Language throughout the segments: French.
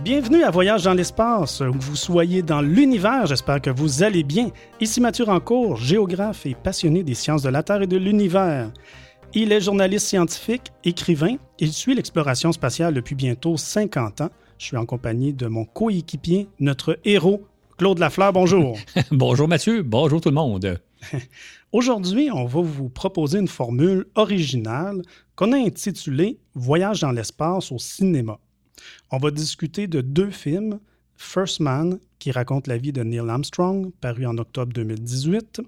Bienvenue à Voyage dans l'espace, où vous soyez dans l'univers, j'espère que vous allez bien. Ici Mathieu Rancourt, géographe et passionné des sciences de la Terre et de l'univers. Il est journaliste scientifique, écrivain, il suit l'exploration spatiale depuis bientôt 50 ans. Je suis en compagnie de mon coéquipier, notre héros, Claude Lafleur, bonjour. Bonjour Mathieu, bonjour tout le monde. Aujourd'hui, on va vous proposer une formule originale qu'on a intitulée « Voyage dans l'espace au cinéma ». On va discuter de deux films, First Man, qui raconte la vie de Neil Armstrong, paru en octobre 2018,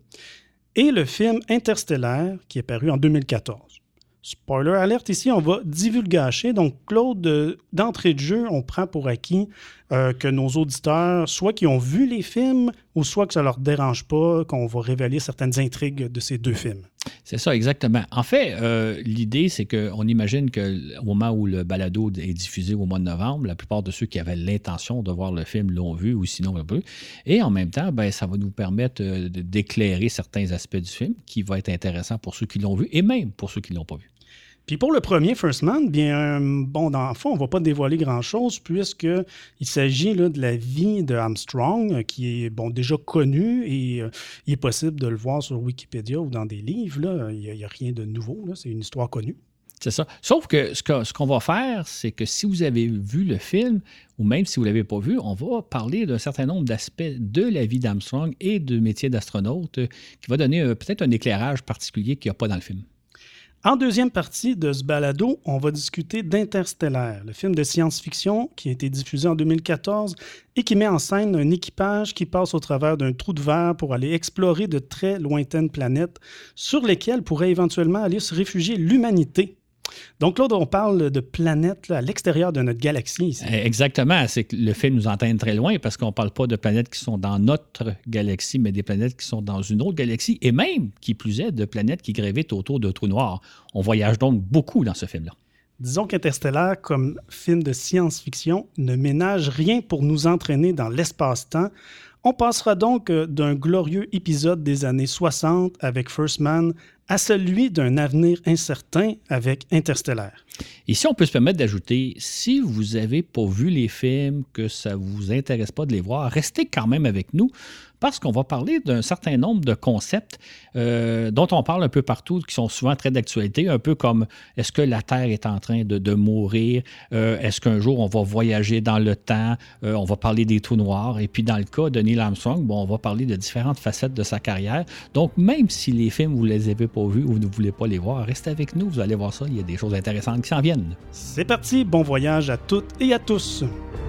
et le film Interstellaire, qui est paru en 2014. Spoiler alert, ici, on va divulgacher. Donc, Claude, d'entrée de jeu, on prend pour acquis que nos auditeurs, soit qui ont vu les films, ou soit que ça ne leur dérange pas qu'on va révéler certaines intrigues de ces deux films. C'est ça, exactement. En fait, l'idée, c'est qu'on imagine qu'au moment où le balado est diffusé au mois de novembre, la plupart de ceux qui avaient l'intention de voir le film l'ont vu, ou sinon un peu. Et en même temps, ça va nous permettre d'éclairer certains aspects du film qui va être intéressant pour ceux qui l'ont vu, et même pour ceux qui ne l'ont pas vu. Puis pour le premier First Man, bien, dans le fond, on ne va pas dévoiler grand-chose puisqu'il s'agit là, de la vie de Armstrong qui est déjà connue et il est possible de le voir sur Wikipédia ou dans des livres. Là. Il n'y a rien de nouveau, là. C'est une histoire connue. C'est ça. Sauf que ce qu'on va faire, c'est que si vous avez vu le film, ou même si vous ne l'avez pas vu, on va parler d'un certain nombre d'aspects de la vie d'Armstrong et du métier d'astronaute qui va donner peut-être un éclairage particulier qu'il n'y a pas dans le film. En deuxième partie de ce balado, on va discuter d'Interstellaire, le film de science-fiction qui a été diffusé en 2014 et qui met en scène un équipage qui passe au travers d'un trou de verre pour aller explorer de très lointaines planètes sur lesquelles pourrait éventuellement aller se réfugier l'humanité. Donc là, on parle de planètes là, à l'extérieur de notre galaxie ici. Exactement. C'est que le film nous entraîne très loin parce qu'on ne parle pas de planètes qui sont dans notre galaxie, mais des planètes qui sont dans une autre galaxie et même, qui plus est, de planètes qui gravitent autour d'un trou noir. On voyage donc beaucoup dans ce film-là. Disons qu'Interstellaire, comme film de science-fiction, ne ménage rien pour nous entraîner dans l'espace-temps. On passera donc d'un glorieux épisode des années 60 avec First Man à celui d'un avenir incertain avec Interstellaire. Ici, on peut se permettre d'ajouter, si vous n'avez pas vu les films, que ça ne vous intéresse pas de les voir, restez quand même avec nous parce qu'on va parler d'un certain nombre de concepts dont on parle un peu partout, qui sont souvent très d'actualité, un peu comme est-ce que la Terre est en train de mourir, est-ce qu'un jour on va voyager dans le temps, on va parler des trous noirs, et puis dans le cas de Neil Armstrong, on va parler de différentes facettes de sa carrière. Donc, même si les films, vous ne les avez pas vus ou vous ne voulez pas les voir, restez avec nous, vous allez voir ça, il y a des choses intéressantes qui s'en viennent. C'est parti, bon voyage à toutes et à tous.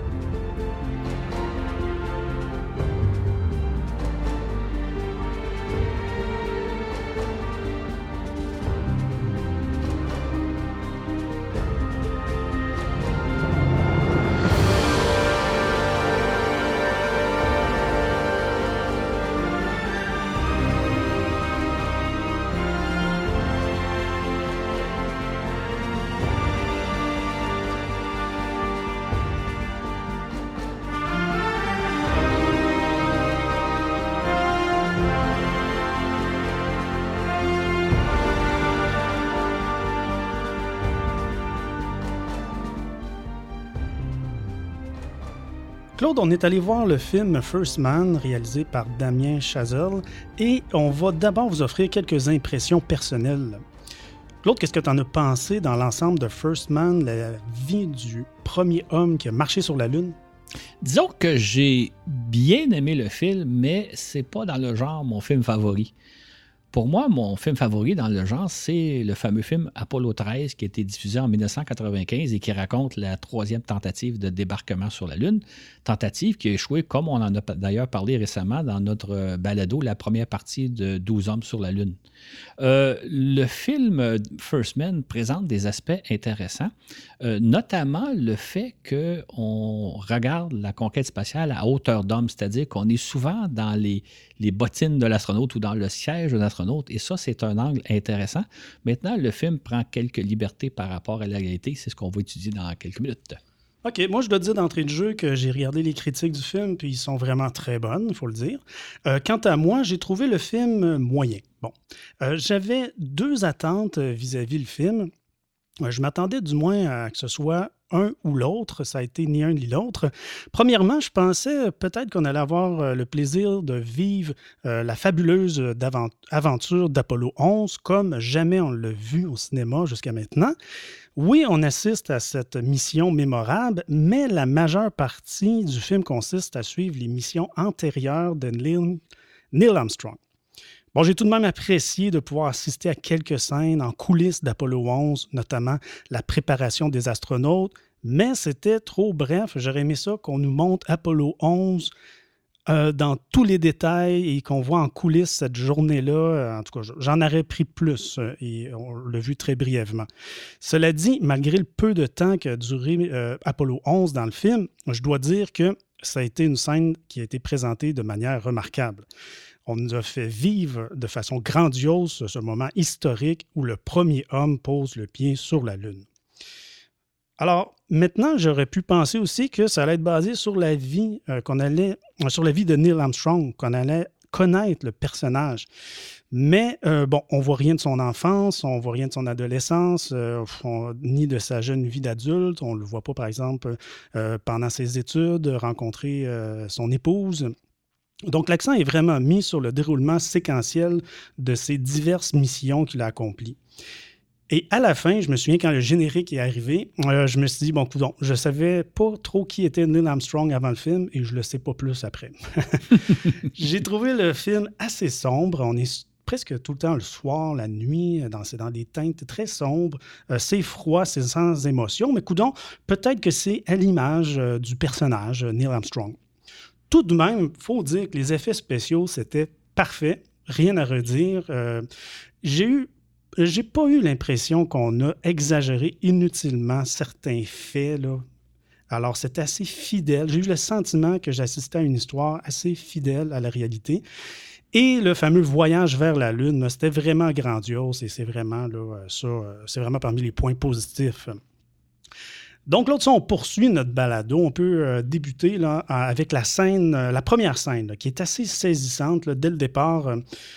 Claude, on est allé voir le film First Man, réalisé par Damien Chazelle, et on va d'abord vous offrir quelques impressions personnelles. Claude, qu'est-ce que tu en as pensé dans l'ensemble de First Man, la vie du premier homme qui a marché sur la Lune? Disons que j'ai bien aimé le film, mais c'est pas dans le genre mon film favori. Pour moi, mon film favori dans le genre, c'est le fameux film Apollo 13 qui a été diffusé en 1995 et qui raconte la troisième tentative de débarquement sur la Lune. Tentative qui a échoué, comme on en a d'ailleurs parlé récemment dans notre balado, la première partie de 12 hommes sur la Lune. Le film First Man présente des aspects intéressants, notamment le fait qu'on regarde la conquête spatiale à hauteur d'homme, c'est-à-dire qu'on est souvent dans les bottines de l'astronaute ou dans le siège de l'astronaute, et ça, c'est un angle intéressant. Maintenant, le film prend quelques libertés par rapport à la réalité, c'est ce qu'on va étudier dans quelques minutes. OK, moi, je dois te dire d'entrée de jeu que j'ai regardé les critiques du film, puis ils sont vraiment très bonnes, il faut le dire. Quant à moi, j'ai trouvé le film moyen. Bon, j'avais deux attentes vis-à-vis le film. Je m'attendais du moins à que ce soit un ou l'autre. Ça a été ni un ni l'autre. Premièrement, je pensais peut-être qu'on allait avoir le plaisir de vivre la fabuleuse aventure d'Apollo 11 comme jamais on l'a vu au cinéma jusqu'à maintenant. Oui, on assiste à cette mission mémorable, mais la majeure partie du film consiste à suivre les missions antérieures de Neil Armstrong. Bon, j'ai tout de même apprécié de pouvoir assister à quelques scènes en coulisses d'Apollo 11, notamment la préparation des astronautes, mais c'était trop bref. J'aurais aimé ça qu'on nous montre Apollo 11 dans tous les détails et qu'on voit en coulisses cette journée-là. En tout cas, j'en aurais pris plus et on l'a vu très brièvement. Cela dit, malgré le peu de temps qu'a duré Apollo 11 dans le film, je dois dire que ça a été une scène qui a été présentée de manière remarquable. On nous a fait vivre de façon grandiose ce moment historique où le premier homme pose le pied sur la Lune. Alors, maintenant, j'aurais pu penser aussi que ça allait être basé sur la vie sur la vie de Neil Armstrong, qu'on allait connaître le personnage. Mais bon, on ne voit rien de son enfance, on ne voit rien de son adolescence, ni de sa jeune vie d'adulte. On ne le voit pas, par exemple, pendant ses études, rencontrer son épouse. Donc, l'accent est vraiment mis sur le déroulement séquentiel de ces diverses missions qu'il a accomplies. Et à la fin, je me souviens, quand le générique est arrivé, je me suis dit, bon, coudonc, je ne savais pas trop qui était Neil Armstrong avant le film et je ne le sais pas plus après. J'ai trouvé le film assez sombre. On est presque tout le temps le soir, la nuit, c'est dans des teintes très sombres. C'est froid, c'est sans émotion, mais coudonc, peut-être que c'est à l'image du personnage, Neil Armstrong. Tout de même, il faut dire que les effets spéciaux, c'était parfait, rien à redire. J'ai pas eu l'impression qu'on a exagéré inutilement certains faits, là. Alors, c'était assez fidèle. J'ai eu le sentiment que j'assistais à une histoire assez fidèle à la réalité. Et le fameux voyage vers la Lune, c'était vraiment grandiose et c'est vraiment, c'est vraiment parmi les points positifs. Donc, l'autre, on poursuit notre balado. On peut débuter là, avec la première scène, là, qui est assez saisissante. Là, dès le départ,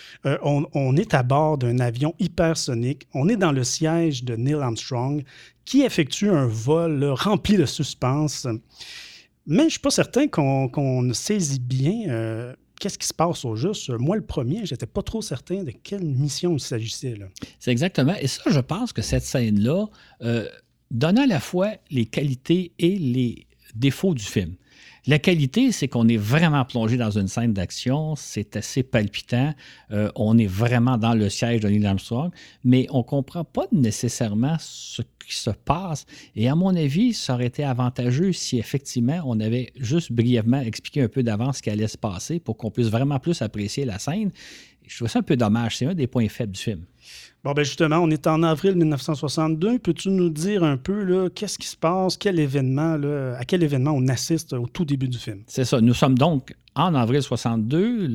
on est à bord d'un avion hypersonique. On est dans le siège de Neil Armstrong qui effectue un vol là, rempli de suspense. Mais je ne suis pas certain qu'on saisit bien qu'est-ce qui se passe au juste. Moi, le premier, je n'étais pas trop certain de quelle mission il s'agissait, là. C'est exactement. Et ça, je pense que cette scène-là donne à la fois les qualités et les défauts du film. La qualité, c'est qu'on est vraiment plongé dans une scène d'action, c'est assez palpitant, on est vraiment dans le siège de Neil Armstrong, mais on ne comprend pas nécessairement ce qui se passe. Et à mon avis, ça aurait été avantageux si effectivement on avait juste brièvement expliqué un peu d'avance ce qui allait se passer pour qu'on puisse vraiment plus apprécier la scène. Je trouve ça un peu dommage, c'est un des points faibles du film. Bon, bien justement, on est en avril 1962. Peux-tu nous dire un peu là, qu'est-ce qui se passe, à quel événement on assiste au tout début du film? C'est ça. Nous sommes donc en avril 62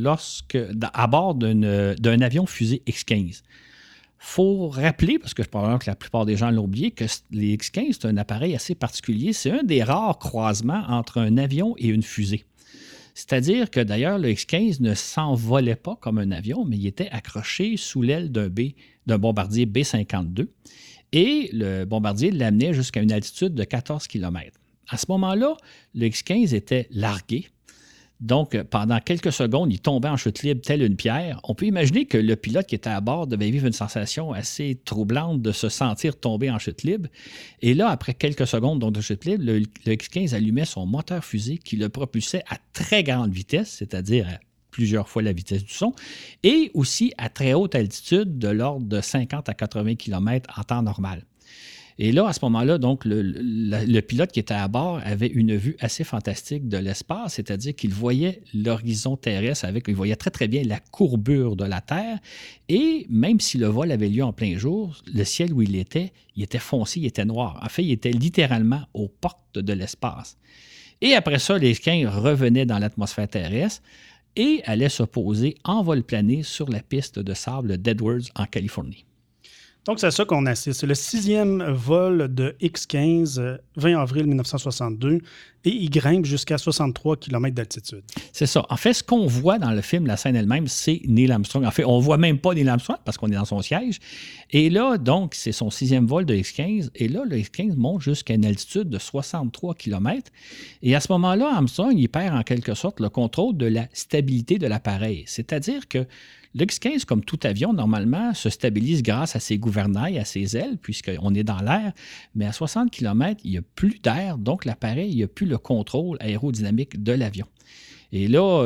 à bord d'un avion fusée X-15. Il faut rappeler, parce que je pense que la plupart des gens l'ont oublié, que les X-15, c'est un appareil assez particulier. C'est un des rares croisements entre un avion et une fusée. C'est-à-dire que d'ailleurs, le X-15 ne s'envolait pas comme un avion, mais il était accroché sous l'aile d'un bombardier B-52 et le bombardier l'amenait jusqu'à une altitude de 14 km. À ce moment-là, le X-15 était largué. Donc, pendant quelques secondes, il tombait en chute libre telle une pierre. On peut imaginer que le pilote qui était à bord devait vivre une sensation assez troublante de se sentir tomber en chute libre. Et là, après quelques secondes donc, de chute libre, le X-15 allumait son moteur fusée qui le propulsait à très grande vitesse, c'est-à-dire à plusieurs fois la vitesse du son, et aussi à très haute altitude de l'ordre de 50 à 80 km en temps normal. Et là, à ce moment-là, donc, le pilote qui était à bord avait une vue assez fantastique de l'espace, c'est-à-dire qu'il voyait l'horizon terrestre, il voyait très, très bien la courbure de la Terre. Et même si le vol avait lieu en plein jour, le ciel où il était foncé, il était noir. En fait, il était littéralement aux portes de l'espace. Et après ça, les X-15 revenaient dans l'atmosphère terrestre et allaient se poser en vol plané sur la piste de sable d'Edwards en Californie. Donc, c'est à ça qu'on assiste. C'est le 6e vol de X-15, 20 avril 1962, et il grimpe jusqu'à 63 km d'altitude. C'est ça. En fait, ce qu'on voit dans le film, la scène elle-même, c'est Neil Armstrong. En fait, on ne voit même pas Neil Armstrong parce qu'on est dans son siège. Et là, donc, c'est son 6e vol de X-15. Et là, le X-15 monte jusqu'à une altitude de 63 km. Et à ce moment-là, Armstrong, il perd en quelque sorte le contrôle de la stabilité de l'appareil. C'est-à-dire que le X-15, comme tout avion, normalement, se stabilise grâce à ses gouvernails, à ses ailes, puisqu'on est dans l'air. Mais à 60 km, il n'y a plus d'air, donc l'appareil, il n'y a plus le contrôle aérodynamique de l'avion. Et là,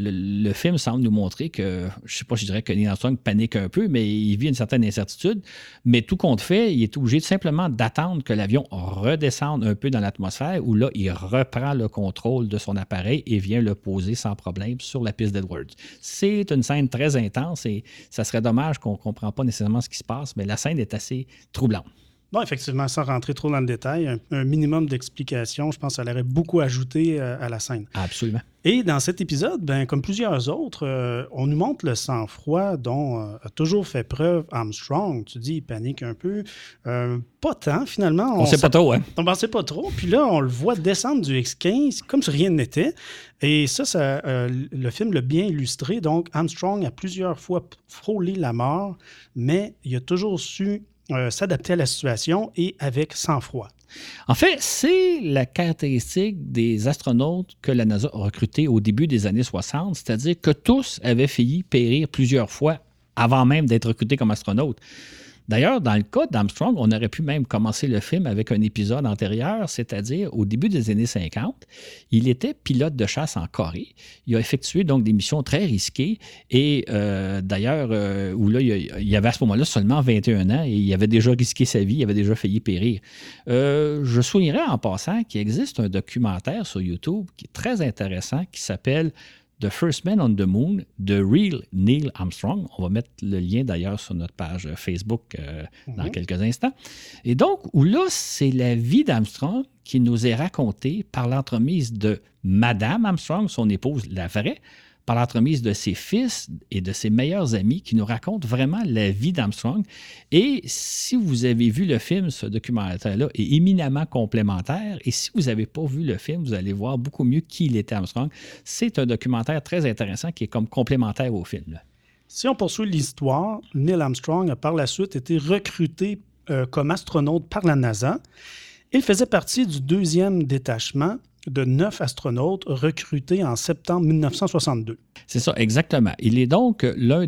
le film semble nous montrer que, je ne sais pas, je dirais que Neil Armstrong panique un peu, mais il vit une certaine incertitude. Mais tout compte fait, il est obligé simplement d'attendre que l'avion redescende un peu dans l'atmosphère, où là, il reprend le contrôle de son appareil et vient le poser sans problème sur la piste d'Edwards. C'est une scène très intense et ça serait dommage qu'on ne comprenne pas nécessairement ce qui se passe, mais la scène est assez troublante. Bon, effectivement, sans rentrer trop dans le détail, un minimum d'explication, je pense que ça aurait beaucoup ajouté à la scène. Absolument. Et dans cet épisode, ben, comme plusieurs autres, on nous montre le sang-froid dont a toujours fait preuve Armstrong. Tu dis, il panique un peu. Pas tant, finalement. On ne sait pas trop, hein? On ne sait pas trop. Puis là, on le voit descendre du X-15 comme si rien n'était. Et ça le film l'a bien illustré. Donc, Armstrong a plusieurs fois frôlé la mort, mais il a toujours su s'adapter à la situation et avec sang-froid. En fait, c'est la caractéristique des astronautes que la NASA a recrutés au début des années 60, c'est-à-dire que tous avaient failli périr plusieurs fois avant même d'être recrutés comme astronautes. D'ailleurs, dans le cas d'Armstrong, on aurait pu même commencer le film avec un épisode antérieur, c'est-à-dire au début des années 50, il était pilote de chasse en Corée. Il a effectué donc des missions très risquées et d'ailleurs, où là, il avait à ce moment-là seulement 21 ans et il avait déjà risqué sa vie, il avait déjà failli périr. Je soulignerais en passant qu'il existe un documentaire sur YouTube qui est très intéressant qui s'appelle The First Man on the Moon, The Real Neil Armstrong. On va mettre le lien d'ailleurs sur notre page Facebook dans quelques instants. Et donc, où là, c'est la vie d'Armstrong qui nous est racontée par l'entremise de Madame Armstrong, son épouse, la vraie, par l'entremise de ses fils et de ses meilleurs amis qui nous racontent vraiment la vie d'Armstrong. Et si vous avez vu le film, ce documentaire-là est éminemment complémentaire. Et si vous n'avez pas vu le film, vous allez voir beaucoup mieux qui il était Armstrong. C'est un documentaire très intéressant qui est comme complémentaire au film. Si on poursuit l'histoire, Neil Armstrong a par la suite été recruté comme astronaute par la NASA. Il faisait partie du 2e détachement de 9 astronautes recrutés en septembre 1962. C'est ça, exactement. Il est donc l'un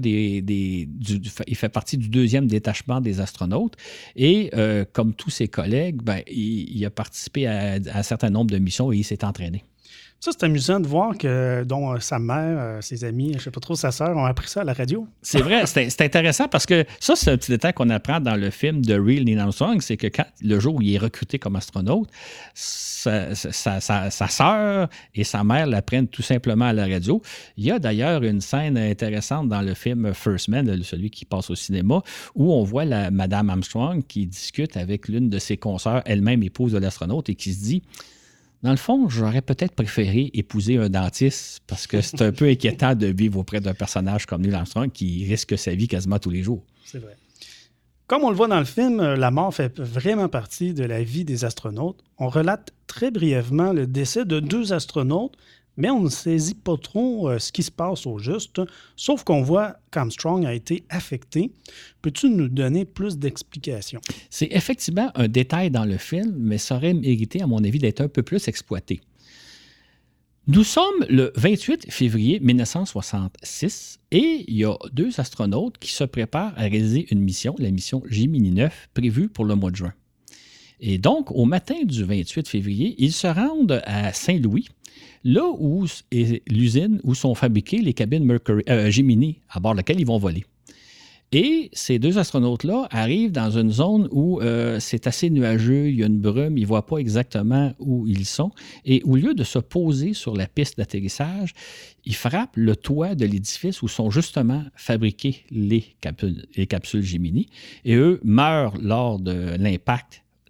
il fait partie du 2e détachement des astronautes et comme tous ses collègues, il a participé à un certain nombre de missions et il s'est entraîné. Ça, c'est amusant de voir que sa mère, ses amis, je ne sais pas trop, sa sœur, ont appris ça à la radio. C'est vrai, c'est intéressant parce que ça, c'est un petit détail qu'on apprend dans le film The Real Neil Armstrong, c'est que le jour où il est recruté comme astronaute, sa sœur et sa mère l'apprennent tout simplement à la radio. Il y a d'ailleurs une scène intéressante dans le film First Man, celui qui passe au cinéma, où on voit Madame Armstrong qui discute avec l'une de ses consoeurs, elle-même épouse de l'astronaute, et qui se dit... Dans le fond, j'aurais peut-être préféré épouser un dentiste parce que c'est un peu inquiétant de vivre auprès d'un personnage comme Neil Armstrong qui risque sa vie quasiment tous les jours. C'est vrai. Comme on le voit dans le film, la mort fait vraiment partie de la vie des astronautes. On relate très brièvement le décès de 2 astronautes, mais on ne saisit pas trop ce qui se passe au juste, sauf qu'on voit qu'Armstrong a été affecté. Peux-tu nous donner plus d'explications? C'est effectivement un détail dans le film, mais ça aurait mérité, à mon avis, d'être un peu plus exploité. Nous sommes le 28 février 1966 et il y a 2 astronautes qui se préparent à réaliser une mission, la mission Gemini 9, prévue pour le mois de juin. Et donc, au matin du 28 février, ils se rendent à Saint-Louis, là où est l'usine où sont fabriquées les cabines Gemini, à bord de laquelle ils vont voler. Et ces 2 astronautes-là arrivent dans une zone où c'est assez nuageux, il y a une brume, ils ne voient pas exactement où ils sont. Et au lieu de se poser sur la piste d'atterrissage, ils frappent le toit de l'édifice où sont justement fabriquées les capsules Gemini. Et eux meurent lors de l'impact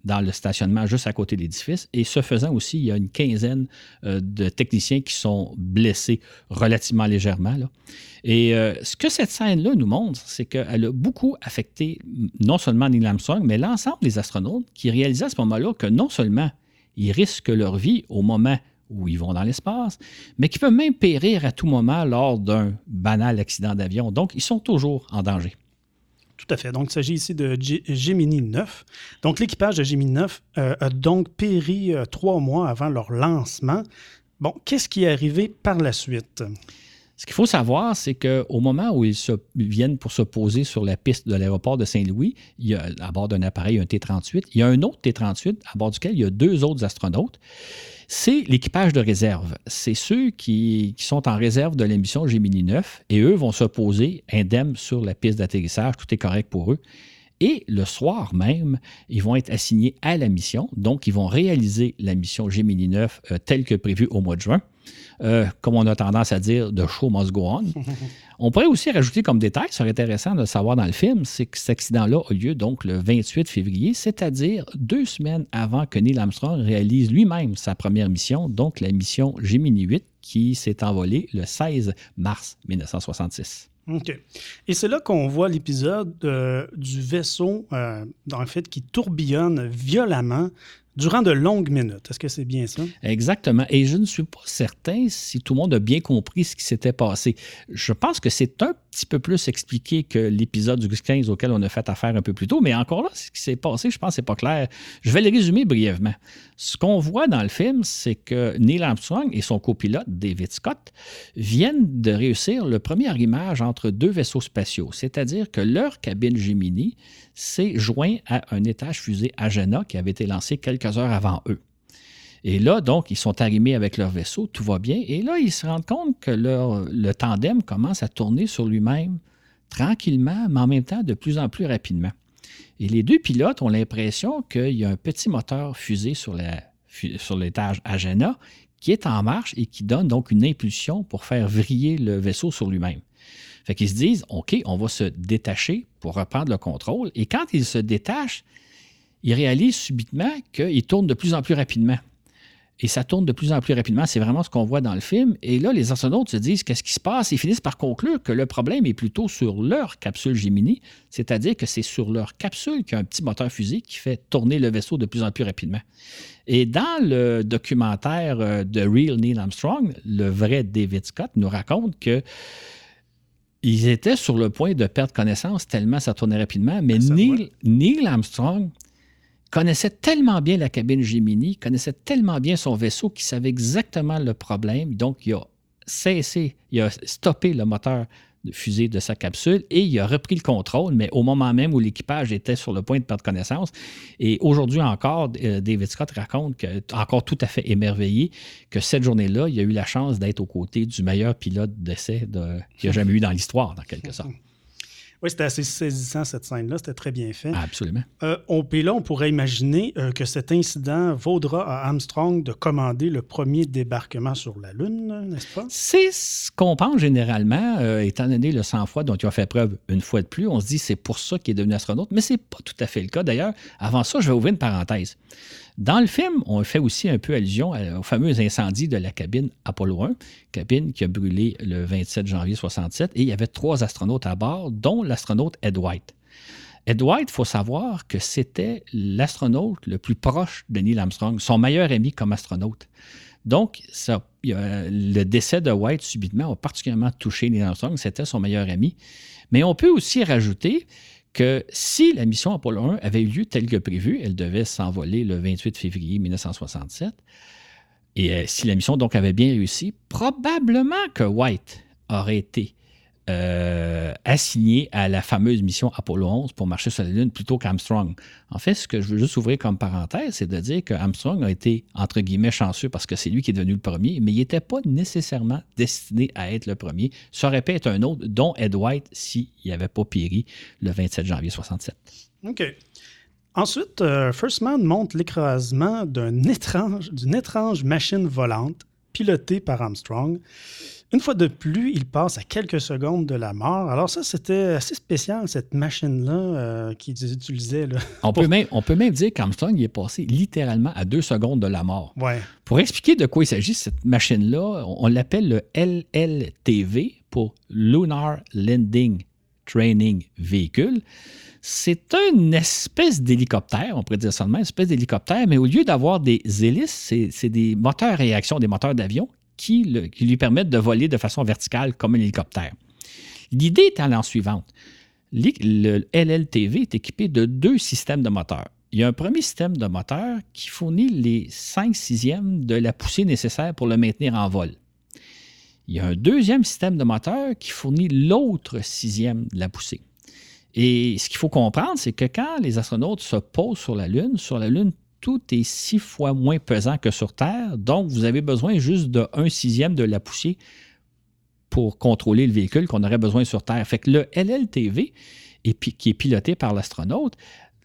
dans le stationnement juste à côté de l'édifice. Et ce faisant aussi, il y a une quinzaine de techniciens qui sont blessés relativement légèrement, là. Et ce que cette scène-là nous montre, c'est qu'elle a beaucoup affecté non seulement Neil Armstrong, mais l'ensemble des astronautes qui réalisaient à ce moment-là que non seulement ils risquent leur vie au moment où ils vont dans l'espace, mais qui peuvent même périr à tout moment lors d'un banal accident d'avion. Donc, ils sont toujours en danger. Tout à fait. Donc, il s'agit ici de Gemini 9. Donc, l'équipage de Gemini 9 a donc péri 3 mois avant leur lancement. Bon, qu'est-ce qui est arrivé par la suite? Ce qu'il faut savoir, c'est qu'au moment où ils viennent pour se poser sur la piste de l'aéroport de Saint-Louis, il y a à bord d'un appareil, un T-38, il y a un autre T-38 à bord duquel il y a 2 autres astronautes. C'est l'équipage de réserve. C'est ceux qui sont en réserve de la mission Gemini 9 et eux vont se poser indemnes sur la piste d'atterrissage. Tout est correct pour eux. Et le soir même, ils vont être assignés à la mission. Donc, ils vont réaliser la mission Gemini 9 telle que prévue au mois de juin. Comme on a tendance à dire, the show must go on. On pourrait aussi rajouter comme détail, ce serait intéressant de le savoir dans le film, c'est que cet accident-là a lieu donc le 28 février, c'est-à-dire 2 semaines avant que Neil Armstrong réalise lui-même sa première mission, donc la mission Gemini 8, qui s'est envolée le 16 mars 1966. OK. Et c'est là qu'on voit l'épisode du vaisseau, en fait, qui tourbillonne violemment durant de longues minutes. Est-ce que c'est bien ça? Exactement. Et je ne suis pas certain si tout le monde a bien compris ce qui s'était passé. Je pense que c'est un petit peu plus expliqué que l'épisode du 15 auquel on a fait affaire un peu plus tôt, mais encore là, ce qui s'est passé, je pense que c'est pas clair. Je vais le résumer brièvement. Ce qu'on voit dans le film, c'est que Neil Armstrong et son copilote, David Scott, viennent de réussir le premier arrimage entre 2 vaisseaux spatiaux, c'est-à-dire que leur cabine Gemini s'est joint à un étage fusée Agena qui avait été lancé quelques heures avant eux. Et là, donc, ils sont arrimés avec leur vaisseau, tout va bien. Et là, ils se rendent compte que le tandem commence à tourner sur lui-même tranquillement, mais en même temps de plus en plus rapidement. Et les 2 pilotes ont l'impression qu'il y a un petit moteur fusée sur l'étage Agena qui est en marche et qui donne donc une impulsion pour faire vriller le vaisseau sur lui-même. Fait qu'ils se disent, OK, on va se détacher pour reprendre le contrôle. Et quand ils se détachent, ils réalisent subitement qu'ils tournent de plus en plus rapidement. Et ça tourne de plus en plus rapidement. C'est vraiment ce qu'on voit dans le film. Et là, les astronautes se disent, qu'est-ce qui se passe? Ils finissent par conclure que le problème est plutôt sur leur capsule Gemini, c'est-à-dire que c'est sur leur capsule qu'il y a un petit moteur fusée qui fait tourner le vaisseau de plus en plus rapidement. Et dans le documentaire de Real Neil Armstrong, le vrai David Scott nous raconte que ils étaient sur le point de perdre connaissance tellement ça tournait rapidement, mais Neil Armstrong connaissait tellement bien la cabine Gemini, connaissait tellement bien son vaisseau qu'il savait exactement le problème. Donc, il a stoppé le moteur de fusée de sa capsule et il a repris le contrôle, mais au moment même où l'équipage était sur le point de perdre connaissance. Et aujourd'hui encore, David Scott raconte, encore tout à fait émerveillé, que cette journée-là, il a eu la chance d'être aux côtés du meilleur pilote d'essai qu'il n'y a jamais eu dans l'histoire, dans quelque sorte. Oui, c'était assez saisissant, cette scène-là. C'était très bien fait. Absolument. Puis là, on pourrait imaginer que cet incident vaudra à Armstrong de commander le premier débarquement sur la Lune, n'est-ce pas? C'est ce qu'on pense généralement, étant donné le sang-froid dont il a fait preuve une fois de plus. On se dit c'est pour ça qu'il est devenu astronaute, mais c'est pas tout à fait le cas. D'ailleurs, avant ça, je vais ouvrir une parenthèse. Dans le film, on fait aussi un peu allusion au fameux incendie de la cabine Apollo 1, cabine qui a brûlé le 27 janvier 1967, et il y avait 3 astronautes à bord, dont l'astronaute Ed White. Ed White, il faut savoir que c'était l'astronaute le plus proche de Neil Armstrong, son meilleur ami comme astronaute. Donc, le décès de White subitement a particulièrement touché Neil Armstrong, c'était son meilleur ami. Mais on peut aussi rajouter que si la mission Apollo 1 avait eu lieu telle que prévu, elle devait s'envoler le 28 février 1967, et si la mission donc avait bien réussi, probablement que White aurait été assigné à la fameuse mission Apollo 11 pour marcher sur la Lune plutôt qu'Armstrong. En fait, ce que je veux juste ouvrir comme parenthèse, c'est de dire qu'Armstrong a été, entre guillemets, chanceux parce que c'est lui qui est devenu le premier, mais il n'était pas nécessairement destiné à être le premier. Ça aurait pu être un autre, dont Ed White, s'il n'avait pas péri le 27 janvier 1967. OK. Ensuite, First Man montre l'écrasement d'une étrange machine volante pilotée par Armstrong. Une fois de plus, il passe à quelques secondes de la mort. Alors ça, c'était assez spécial, cette machine-là qu'ils utilisaient. Là, on peut même dire qu'Armstrong il est passé littéralement à 2 secondes de la mort. Ouais. Pour expliquer de quoi il s'agit, cette machine-là, on l'appelle le LLTV pour Lunar Landing Training Vehicle. C'est une espèce d'hélicoptère, on pourrait dire ça de même, une espèce d'hélicoptère, mais au lieu d'avoir des hélices, c'est des moteurs à réaction, des moteurs d'avion qui lui permettent de voler de façon verticale comme un hélicoptère. L'idée est en suivante. Le LLTV est équipé de 2 systèmes de moteurs. Il y a un premier système de moteur qui fournit les 5/6 de la poussée nécessaire pour le maintenir en vol. Il y a un deuxième système de moteur qui fournit l'autre 6e de la poussée. Et ce qu'il faut comprendre, c'est que quand les astronautes se posent sur la Lune, tout est 6 fois moins pesant que sur Terre. Donc, vous avez besoin juste de 1/6 de la poussée pour contrôler le véhicule qu'on aurait besoin sur Terre. Fait que le LLTV, qui est piloté par l'astronaute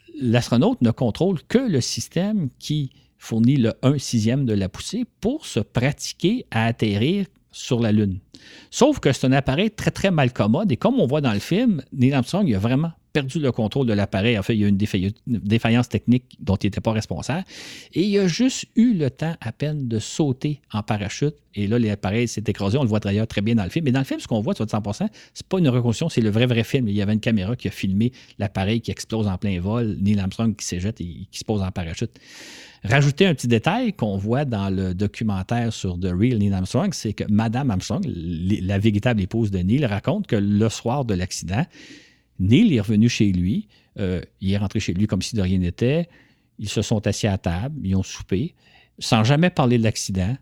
ne contrôle que le système qui fournit le 1/6 de la poussée pour se pratiquer à atterrir sur la Lune. Sauf que c'est un appareil très, très mal commode et comme on voit dans le film, Neil Armstrong il a vraiment perdu le contrôle de l'appareil. En fait, il y a une défaillance technique dont il n'était pas responsable et il a juste eu le temps à peine de sauter en parachute et là, l'appareil s'est écrasé. On le voit d'ailleurs très bien dans le film. Mais dans le film, ce qu'on voit, tu vas dire 100%, c'est pas une reconstruction, c'est le vrai film. Il y avait une caméra qui a filmé l'appareil qui explose en plein vol, Neil Armstrong qui s'éjette et qui se pose en parachute. Rajouter un petit détail qu'on voit dans le documentaire sur The Real Neil Armstrong, c'est que Madame Armstrong, la véritable épouse de Neil, raconte que le soir de l'accident, Neil est revenu chez lui, il est rentré chez lui comme si de rien n'était, ils se sont assis à table, ils ont soupé, sans jamais parler de l'accident.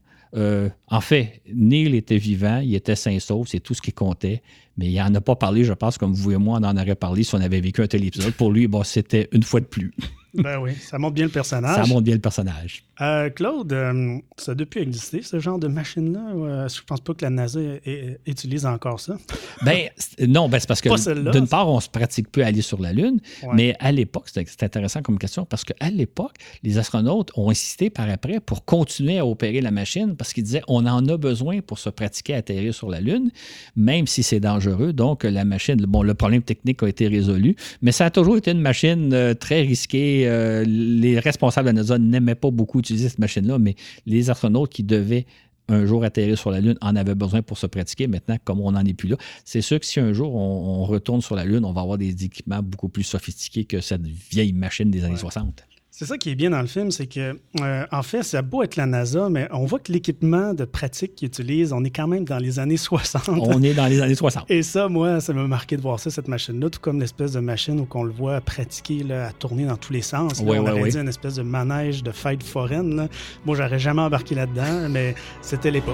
En fait, Neil était vivant, il était sain et sauf, c'est tout ce qui comptait, mais il n'en a pas parlé, je pense, comme vous et moi, on en aurait parlé si on avait vécu un tel épisode. Pour lui, c'était une fois de plus. Ben oui, ça montre bien le personnage. Ça montre bien le personnage. Claude, ça a depuis existé, ce genre de machine-là? Je pense pas que la NASA utilise encore ça. Non, c'est parce que d'une part, on ne se pratique plus à aller sur la Lune, mais à l'époque, c'est intéressant comme question, parce qu'à l'époque, les astronautes ont insisté par après pour continuer à opérer la machine, parce qu'ils disaient on en a besoin pour se pratiquer à atterrir sur la Lune, même si c'est dangereux. Donc, la machine, le problème technique a été résolu, mais ça a toujours été une machine très risquée. Les responsables de la NASA n'aimaient pas beaucoup utiliser cette machine-là, mais les astronautes qui devaient un jour atterrir sur la Lune en avaient besoin pour se pratiquer. Maintenant, comme on n'en est plus là, c'est sûr que si un jour on retourne sur la Lune, on va avoir des équipements beaucoup plus sophistiqués que cette vieille machine des années 60. C'est ça qui est bien dans le film, c'est que, en fait, ça a beau être la NASA, mais on voit que l'équipement de pratique qu'ils utilisent, on est quand même dans les années 60. On est dans les années 60. Et ça, moi, ça m'a marqué de voir ça, cette machine-là, tout comme l'espèce de machine où on le voit pratiquer, là, à tourner dans tous les sens. Là, on aurait dit une espèce de manège de fête foraine. Là. Moi, j'aurais jamais embarqué là-dedans, mais c'était l'époque.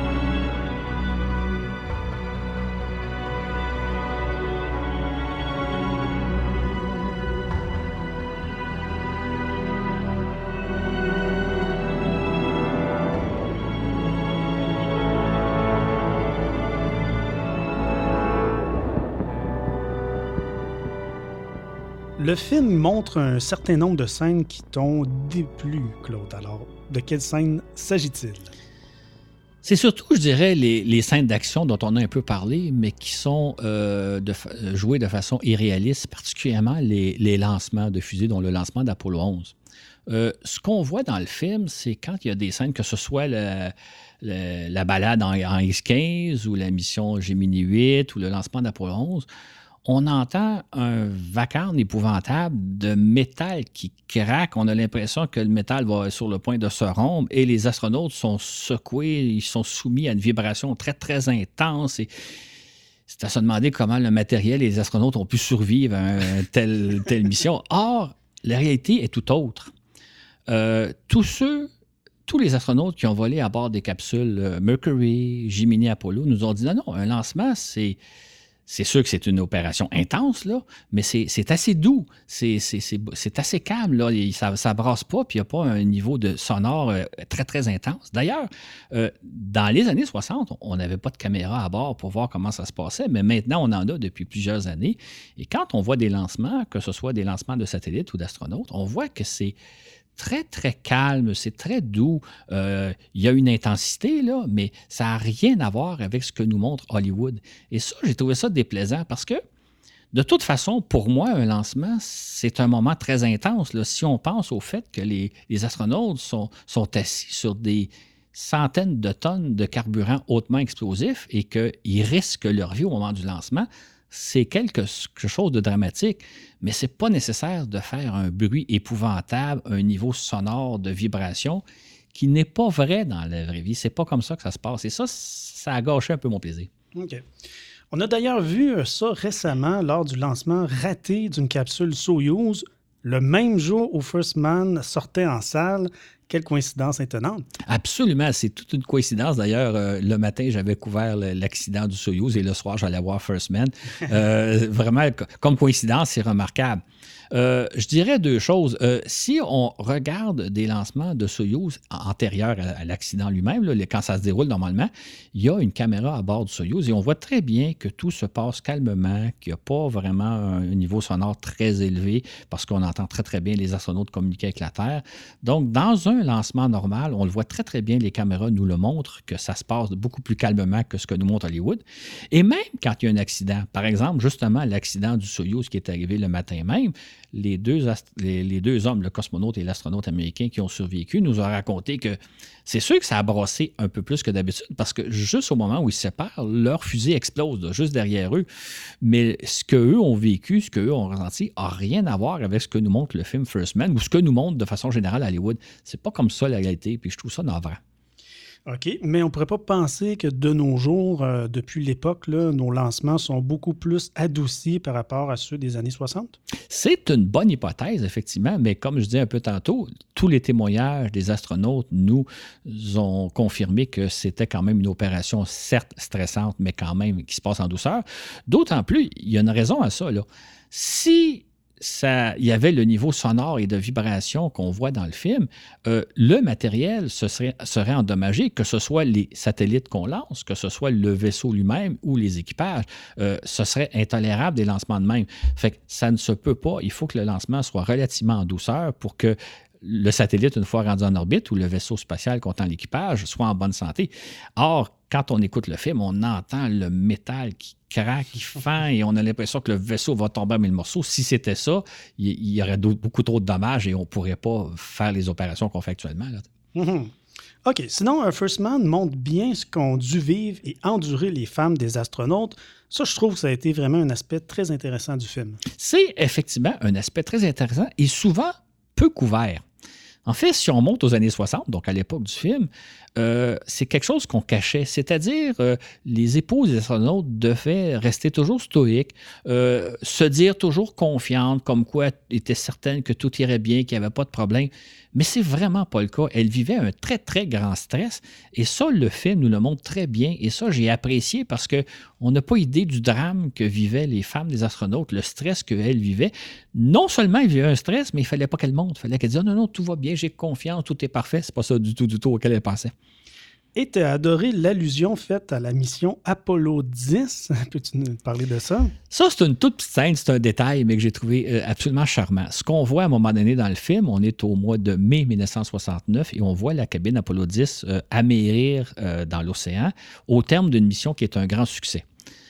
Le film montre un certain nombre de scènes qui t'ont déplu, Claude. Alors, de quelles scènes s'agit-il? C'est surtout, je dirais, les scènes d'action dont on a un peu parlé, mais qui sont jouées de façon irréaliste, particulièrement les lancements de fusées, dont le lancement d'Apollo 11. Ce qu'on voit dans le film, c'est quand il y a des scènes, que ce soit la balade en X-15 ou la mission Gemini 8 ou le lancement d'Apollo 11, on entend un vacarme épouvantable de métal qui craque. On a l'impression que le métal va sur le point de se rompre et les astronautes sont secoués, ils sont soumis à une vibration très, très intense. Et c'est à se demander comment le matériel et les astronautes ont pu survivre à une telle mission. Or, la réalité est tout autre. Tous les astronautes qui ont volé à bord des capsules Mercury, Gemini, Apollo nous ont dit non, un lancement, c'est sûr que c'est une opération intense, là, mais c'est assez doux, c'est assez calme, là, ça brasse pas, puis il n'y a pas un niveau de sonore très, très intense. D'ailleurs, dans les années 60, on n'avait pas de caméra à bord pour voir comment ça se passait, mais maintenant, on en a depuis plusieurs années. Et quand on voit des lancements, que ce soit des lancements de satellites ou d'astronautes, on voit que c'est très, très calme, c'est très doux. Il y a une intensité, là, mais ça n'a rien à voir avec ce que nous montre Hollywood. Et ça, j'ai trouvé ça déplaisant parce que, de toute façon, pour moi, un lancement, c'est un moment très intense. Là. Si on pense au fait que les astronautes sont assis sur des centaines de tonnes de carburant hautement explosif et qu'ils risquent leur vie au moment du lancement, c'est quelque chose de dramatique, mais ce n'est pas nécessaire de faire un bruit épouvantable, un niveau sonore de vibration qui n'est pas vrai dans la vraie vie. C'est pas comme ça que ça se passe. Et ça a gâché un peu mon plaisir. OK. On a d'ailleurs vu ça récemment lors du lancement raté d'une capsule Soyouz, le même jour où First Man sortait en salle. Quelle coïncidence étonnante. Absolument, c'est toute une coïncidence. D'ailleurs, le matin, j'avais couvert l'accident du Soyouz et le soir, j'allais voir First Man. Vraiment, comme coïncidence, c'est remarquable. Je dirais deux choses. Si on regarde des lancements de Soyouz antérieurs à l'accident lui-même, là, quand ça se déroule normalement, il y a une caméra à bord du Soyouz et on voit très bien que tout se passe calmement, qu'il n'y a pas vraiment un niveau sonore très élevé parce qu'on entend très, très bien les astronautes communiquer avec la Terre. Donc, dans un lancement normal, on le voit très, très bien, les caméras nous le montrent, que ça se passe beaucoup plus calmement que ce que nous montre Hollywood. Et même quand il y a un accident, par exemple, justement, l'accident du Soyouz qui est arrivé le matin même, les deux hommes, le cosmonaute et l'astronaute américain qui ont survécu, nous ont raconté que c'est sûr que ça a brassé un peu plus que d'habitude parce que juste au moment où ils se séparent, leur fusée explose là, juste derrière eux. Mais ce qu'eux ont vécu, ce qu'eux ont ressenti, n'a rien à voir avec ce que nous montre le film First Man ou ce que nous montre de façon générale Hollywood. C'est pas comme ça la réalité, puis je trouve ça navrant. OK, mais on ne pourrait pas penser que de nos jours, depuis l'époque, là, nos lancements sont beaucoup plus adoucis par rapport à ceux des années 60? C'est une bonne hypothèse, effectivement, mais comme je disais un peu tantôt, tous les témoignages des astronautes nous ont confirmé que c'était quand même une opération, certes stressante, mais quand même qui se passe en douceur. D'autant plus, il y a une raison à ça, là. Si il y avait le niveau sonore et de vibration qu'on voit dans le film, le matériel serait endommagé, que ce soit les satellites qu'on lance, que ce soit le vaisseau lui-même ou les équipages. Ce serait intolérable des lancements de même. Fait que ça ne se peut pas. Il faut que le lancement soit relativement en douceur pour que le satellite, une fois rendu en orbite, ou le vaisseau spatial comptant l'équipage, soit en bonne santé. Or, quand on écoute le film, on entend le métal qui craque, qui fend, et on a l'impression que le vaisseau va tomber en mille morceaux. Si c'était ça, il y aurait beaucoup trop de dommages et on ne pourrait pas faire les opérations qu'on fait actuellement. Là. Mm-hmm. OK. Sinon, First Man montre bien ce qu'ont dû vivre et endurer les femmes des astronautes. Ça, je trouve que ça a été vraiment un aspect très intéressant du film. C'est effectivement un aspect très intéressant et souvent peu couvert. En fait, si on monte aux années 60, donc à l'époque du film, c'est quelque chose qu'on cachait. C'est-à-dire, les épouses des astronautes devaient rester toujours stoïques, se dire toujours confiantes, comme quoi étaient certaines que tout irait bien, qu'il n'y avait pas de problème. Mais c'est vraiment pas le cas. Elles vivaient un très, très grand stress. Et ça, le film nous le montre très bien. Et ça, j'ai apprécié parce qu'on n'a pas idée du drame que vivaient les femmes des astronautes, le stress qu'elles vivaient. Non seulement ils vivaient un stress, mais il ne fallait pas qu'elles montent. Il fallait qu'elles disent « Non, tout va bien, j'ai confiance, tout est parfait. » C'est pas ça du tout auquel elles pensaient. Et tu as adoré l'allusion faite à la mission Apollo 10. Peux-tu nous parler de ça? Ça, c'est une toute petite scène, c'est un détail, mais que j'ai trouvé absolument charmant. Ce qu'on voit à un moment donné dans le film, on est au mois de mai 1969 et on voit la cabine Apollo 10 amérir dans l'océan au terme d'une mission qui est un grand succès.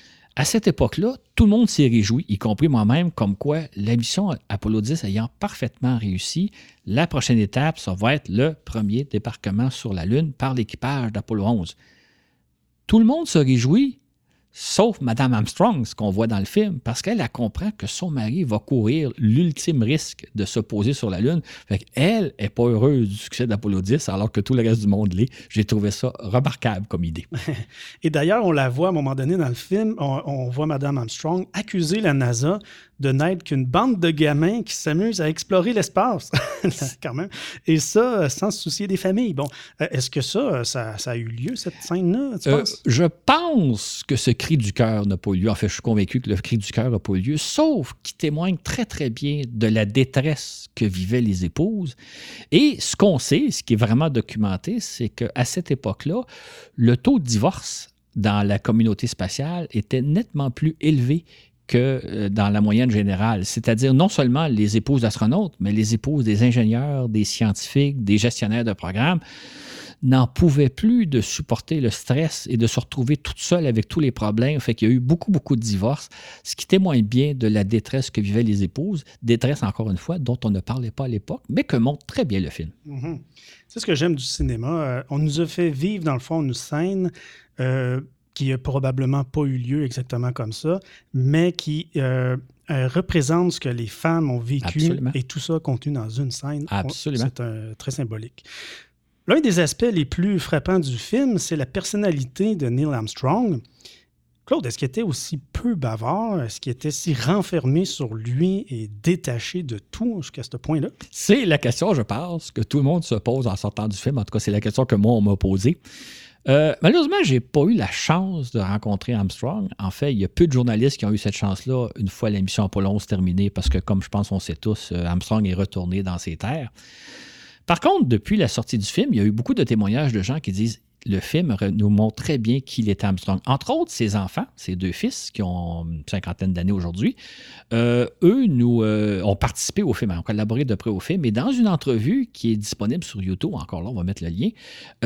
À cette époque-là, tout le monde s'est réjoui, y compris moi-même, comme quoi la mission Apollo 10 ayant parfaitement réussi, la prochaine étape, ça va être le premier débarquement sur la Lune par l'équipage d'Apollo 11. Tout le monde se réjouit, sauf Mme Armstrong, ce qu'on voit dans le film, parce qu'elle comprend que son mari va courir l'ultime risque de se poser sur la Lune. Fait qu'elle n'est pas heureuse du succès d'Apollo 10, alors que tout le reste du monde l'est. J'ai trouvé ça remarquable comme idée. Et d'ailleurs, on la voit à un moment donné dans le film, on voit Mme Armstrong accuser la NASA de n'être qu'une bande de gamins qui s'amusent à explorer l'espace, quand même. Et ça, sans se soucier des familles. Bon, est-ce que ça a eu lieu, cette scène-là, tu penses? Je pense que ce cri du cœur n'a pas eu lieu. En fait, je suis convaincu que le cri du cœur n'a pas eu lieu, sauf qu'il témoigne très, très bien de la détresse que vivaient les épouses. Et ce qu'on sait, ce qui est vraiment documenté, c'est qu'à cette époque-là, le taux de divorce dans la communauté spatiale était nettement plus élevé que dans la moyenne générale. C'est-à-dire non seulement les épouses d'astronautes, mais les épouses des ingénieurs, des scientifiques, des gestionnaires de programmes n'en pouvaient plus de supporter le stress et de se retrouver toute seule avec tous les problèmes. Fait qu'il y a eu beaucoup, beaucoup de divorces, ce qui témoigne bien de la détresse que vivaient les épouses. Détresse, encore une fois, dont on ne parlait pas à l'époque, mais que montre très bien le film. Mm-hmm. C'est ce que j'aime du cinéma. On nous a fait vivre, dans le fond, une scène qui n'a probablement pas eu lieu exactement comme ça, mais qui représente ce que les femmes ont vécu. Absolument. Et tout ça contenu dans une scène. Absolument. C'est très symbolique. L'un des aspects les plus frappants du film, c'est la personnalité de Neil Armstrong. Claude, est-ce qu'il était aussi peu bavard? Est-ce qu'il était si renfermé sur lui et détaché de tout jusqu'à ce point-là? C'est la question, je pense, que tout le monde se pose en sortant du film. En tout cas, c'est la question que moi, on m'a posée. Malheureusement, je n'ai pas eu la chance de rencontrer Armstrong. En fait, il y a peu de journalistes qui ont eu cette chance-là une fois l'émission Apollo 11 terminée, parce que, comme je pense on sait tous, Armstrong est retourné dans ses terres. Par contre, depuis la sortie du film, il y a eu beaucoup de témoignages de gens qui disent le film nous montre très bien qui il était Armstrong. Entre autres, ses enfants, ses 2 fils, qui ont une cinquantaine d'années aujourd'hui, eux ont participé au film, ont collaboré de près au film. Et dans une entrevue qui est disponible sur YouTube, encore là, on va mettre le lien,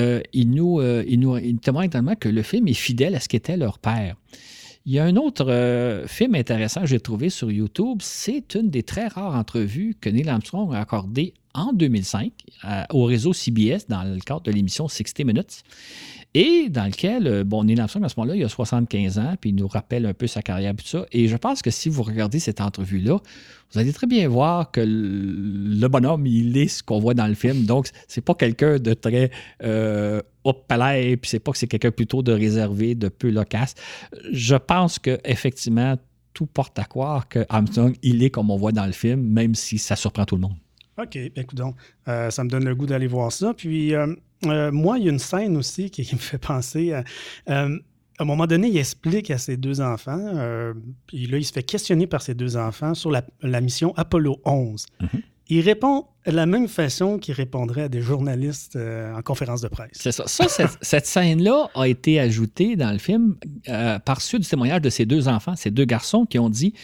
ils témoignent tellement que le film est fidèle à ce qu'était leur père. Il y a un autre film intéressant que j'ai trouvé sur YouTube. C'est une des très rares entrevues que Neil Armstrong a accordées en 2005 au réseau CBS dans le cadre de l'émission 60 Minutes et dans lequel, Neil Armstrong, à ce moment-là, il a 75 ans, puis il nous rappelle un peu sa carrière et tout ça. Et je pense que si vous regardez cette entrevue-là, vous allez très bien voir que le bonhomme, il est ce qu'on voit dans le film. Donc, c'est pas quelqu'un de très haut-palais, puis c'est pas que c'est quelqu'un plutôt de réservé, de peu loquace. Je pense qu'effectivement, tout porte à croire que Armstrong, il est comme on voit dans le film, même si ça surprend tout le monde. OK, écoute donc, ça me donne le goût d'aller voir ça. Puis, moi, il y a une scène aussi qui me fait penser à un moment donné, il explique à ses 2 enfants, puis là, il se fait questionner par ses 2 enfants sur la mission Apollo 11. Mm-hmm. Il répond de la même façon qu'il répondrait à des journalistes en conférence de presse. C'est ça. Cette scène-là a été ajoutée dans le film par suite du témoignage de ces 2 enfants, ces 2 garçons qui ont dit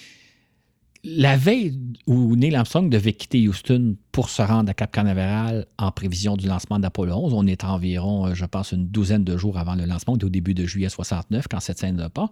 la veille où Neil Armstrong devait quitter Houston pour se rendre à Cap Canaveral en prévision du lancement d'Apollo 11, on est environ, je pense, une douzaine de jours avant le lancement, au début de juillet 69, quand cette scène-là part.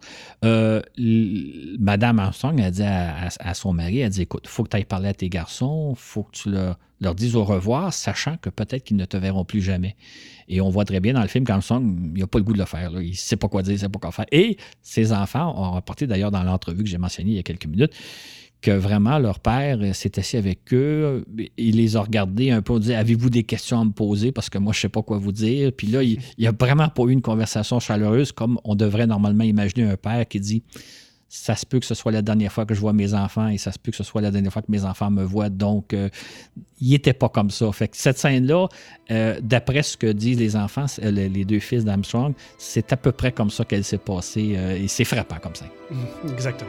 Madame Armstrong a dit à son mari, elle a dit, écoute, il faut que tu ailles parler à tes garçons, il faut que tu leur dises au revoir, sachant que peut-être qu'ils ne te verront plus jamais. Et on voit très bien dans le film qu'Armstrong, il n'a pas le goût de le faire. Là. Il ne sait pas quoi dire, il ne sait pas quoi faire. Et ses enfants ont rapporté d'ailleurs dans l'entrevue que j'ai mentionnée il y a quelques minutes, que vraiment, leur père s'est assis avec eux, il les a regardés un peu, on dit « Avez-vous des questions à me poser? Parce que moi, je ne sais pas quoi vous dire. » Puis là, il n'y a vraiment pas eu une conversation chaleureuse comme on devrait normalement imaginer un père qui dit « Ça se peut que ce soit la dernière fois que je vois mes enfants et ça se peut que ce soit la dernière fois que mes enfants me voient. » Donc, il n'était pas comme ça. Fait que cette scène-là, d'après ce que disent les enfants, les 2 fils d'Armstrong, c'est à peu près comme ça qu'elle s'est passée et c'est frappant comme ça. Exactement.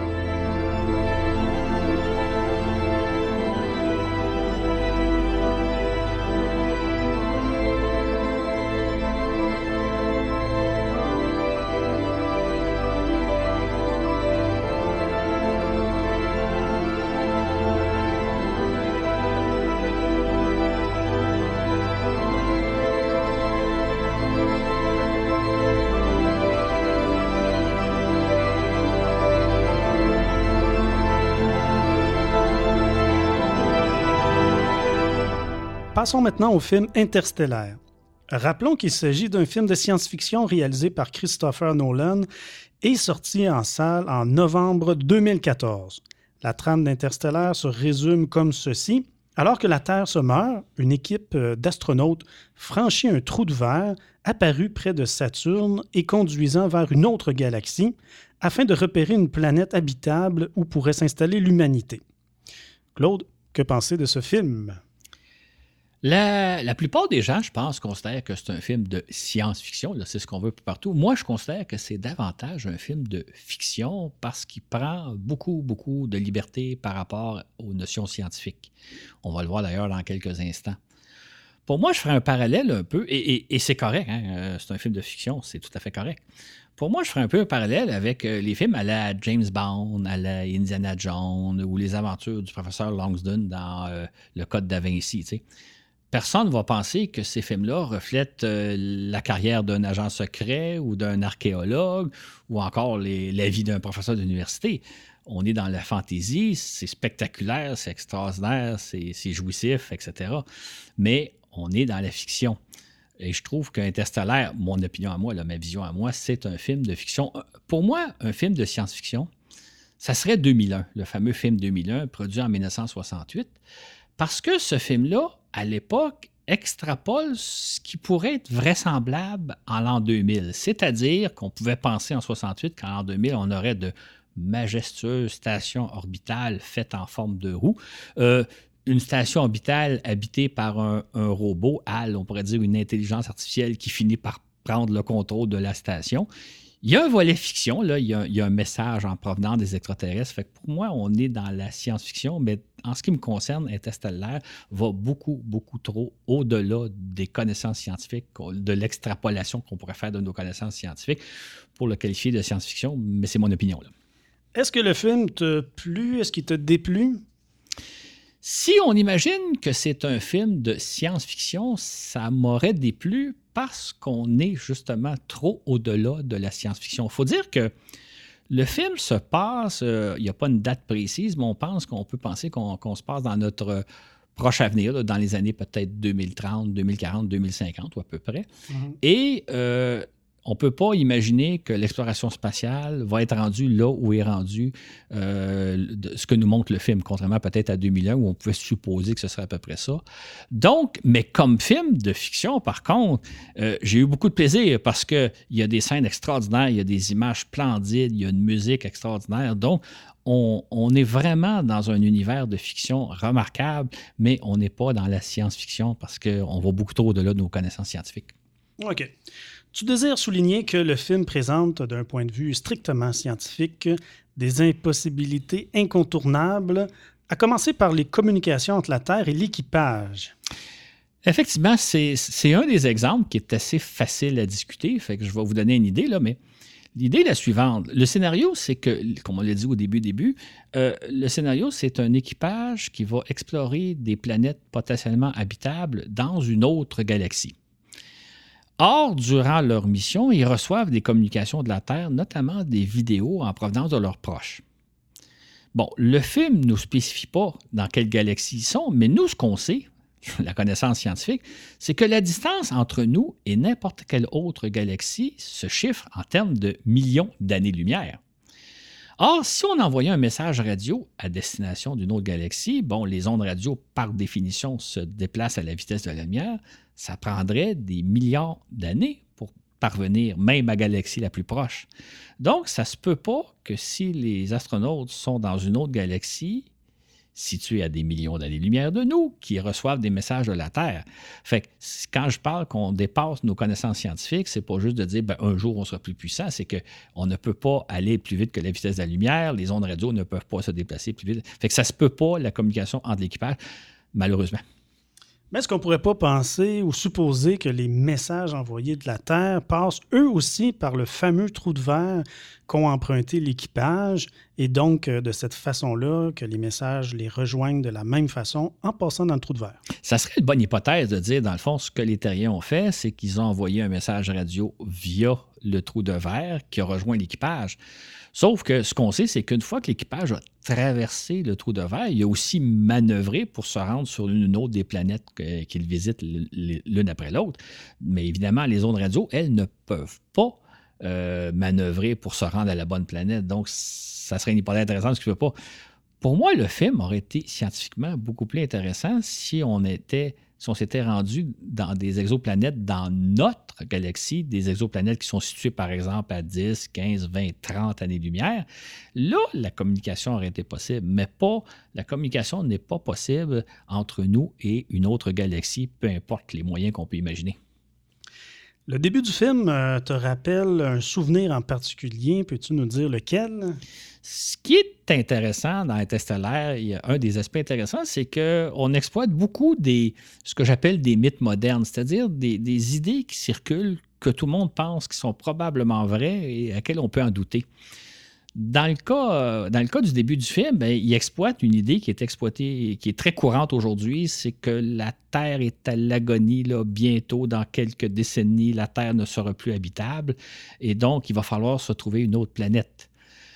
Passons maintenant au film Interstellaire. Rappelons qu'il s'agit d'un film de science-fiction réalisé par Christopher Nolan et sorti en salle en novembre 2014. La trame d'Interstellaire se résume comme ceci. Alors que la Terre se meurt, une équipe d'astronautes franchit un trou de verre apparu près de Saturne et conduisant vers une autre galaxie afin de repérer une planète habitable où pourrait s'installer l'humanité. Claude, que penser de ce film? La plupart des gens, je pense, considèrent que c'est un film de science-fiction. Là, c'est ce qu'on veut partout. Moi, je considère que c'est davantage un film de fiction parce qu'il prend beaucoup, beaucoup de liberté par rapport aux notions scientifiques. On va le voir d'ailleurs dans quelques instants. Pour moi, je ferais un parallèle un peu, et c'est correct, hein, c'est un film de fiction, c'est tout à fait correct. Pour moi, je ferais un peu un parallèle avec les films à la James Bond, à la Indiana Jones ou les aventures du professeur Longsdon dans Le Code da Vinci. Tu sais. Personne ne va penser que ces films-là reflètent la carrière d'un agent secret ou d'un archéologue ou encore la vie d'un professeur d'université. On est dans la fantaisie, c'est spectaculaire, c'est extraordinaire, c'est jouissif, etc. Mais on est dans la fiction. Et je trouve qu'Interstellaire, mon opinion à moi, là, ma vision à moi, c'est un film de fiction. Pour moi, un film de science-fiction, ça serait 2001, le fameux film 2001, produit en 1968, parce que ce film-là, à l'époque, extrapole ce qui pourrait être vraisemblable en l'an 2000. C'est-à-dire qu'on pouvait penser en 68 qu'en l'an 2000, on aurait de majestueuses stations orbitales faites en forme de roue. Une station orbitale habitée par un robot, HAL, on pourrait dire une intelligence artificielle qui finit par prendre le contrôle de la station. Il y a un volet fiction, là, il y a un message en provenance des extraterrestres. Fait que pour moi, on est dans la science-fiction, mais en ce qui me concerne, Interstellaire va beaucoup, beaucoup trop au-delà des connaissances scientifiques, de l'extrapolation qu'on pourrait faire de nos connaissances scientifiques pour le qualifier de science-fiction, mais c'est mon opinion, là. Est-ce que le film t'a plu? Est-ce qu'il t'a déplu? Si on imagine que c'est un film de science-fiction, ça m'aurait déplu parce qu'on est justement trop au-delà de la science-fiction. Il faut dire que le film se passe, il n'y a pas une date précise, mais on pense qu'on peut penser qu'on se passe dans notre proche avenir, là, dans les années peut-être 2030, 2040, 2050 ou à peu près. Mm-hmm. Et on ne peut pas imaginer que l'exploration spatiale va être rendue là où est rendu ce que nous montre le film, contrairement peut-être à 2001 où on pouvait supposer que ce serait à peu près ça. Donc, mais comme film de fiction, par contre, j'ai eu beaucoup de plaisir parce qu'il y a des scènes extraordinaires, il y a des images splendides, il y a une musique extraordinaire. Donc, on est vraiment dans un univers de fiction remarquable, mais on n'est pas dans la science-fiction parce qu'on va beaucoup trop au-delà de nos connaissances scientifiques. OK. Tu désires souligner que le film présente, d'un point de vue strictement scientifique, des impossibilités incontournables, à commencer par les communications entre la Terre et l'équipage. Effectivement, c'est un des exemples qui est assez facile à discuter, fait que je vais vous donner une idée, là, mais l'idée est la suivante. Le scénario, c'est que, comme on l'a dit au début, le scénario, c'est un équipage qui va explorer des planètes potentiellement habitables dans une autre galaxie. Or, durant leur mission, ils reçoivent des communications de la Terre, notamment des vidéos en provenance de leurs proches. Bon, le film ne nous spécifie pas dans quelle galaxie ils sont, mais nous, ce qu'on sait, la connaissance scientifique, c'est que la distance entre nous et n'importe quelle autre galaxie se chiffre en termes de millions d'années-lumière. Or, si on envoyait un message radio à destination d'une autre galaxie, bon, les ondes radio, par définition, se déplacent à la vitesse de la lumière, ça prendrait des milliards d'années pour parvenir même à la galaxie la plus proche. Donc, ça ne se peut pas que si les astronautes sont dans une autre galaxie, située à des millions d'années-lumière de nous, qui reçoivent des messages de la Terre. Fait que quand je parle qu'on dépasse nos connaissances scientifiques, c'est pas juste de dire un jour on sera plus puissant, c'est qu'on ne peut pas aller plus vite que la vitesse de la lumière, les ondes radio ne peuvent pas se déplacer plus vite. Fait que ça se peut pas, la communication entre l'équipage, malheureusement. Mais est-ce qu'on ne pourrait pas penser ou supposer que les messages envoyés de la Terre passent eux aussi par le fameux trou de verre qu'ont emprunté l'équipage et donc de cette façon-là que les messages les rejoignent de la même façon en passant dans le trou de verre? Ça serait une bonne hypothèse de dire, dans le fond, ce que les terriens ont fait, c'est qu'ils ont envoyé un message radio via le trou de verre qui a rejoint l'équipage. Sauf que ce qu'on sait, c'est qu'une fois que l'équipage a traversé le trou de verre, il a aussi manœuvré pour se rendre sur une autre des planètes qu'il visite l'une après l'autre. Mais évidemment, les ondes radio, elles ne peuvent pas manœuvrer pour se rendre à la bonne planète. Donc, ça serait une hypothèse intéressante, ce qui ne veut pas. Pour moi, le film aurait été scientifiquement beaucoup plus intéressant si on s'était rendu dans des exoplanètes dans notre galaxie, des exoplanètes qui sont situées, par exemple, à 10, 15, 20, 30 années-lumière. Là, la communication aurait été possible, mais la communication n'est pas possible entre nous et une autre galaxie, peu importe les moyens qu'on peut imaginer. Le début du film te rappelle un souvenir en particulier. Peux-tu nous dire lequel? Ce qui est intéressant dans Interstellaire, il y a un des aspects intéressants, c'est qu'on exploite beaucoup ce que j'appelle des mythes modernes, c'est-à-dire des idées qui circulent, que tout le monde pense qui sont probablement vraies et à laquelle on peut en douter. Dans le cas du début du film, il exploite une idée qui est exploitée, qui est très courante aujourd'hui, c'est que la Terre est à l'agonie, là, bientôt, dans quelques décennies, la Terre ne sera plus habitable et donc il va falloir se trouver une autre planète.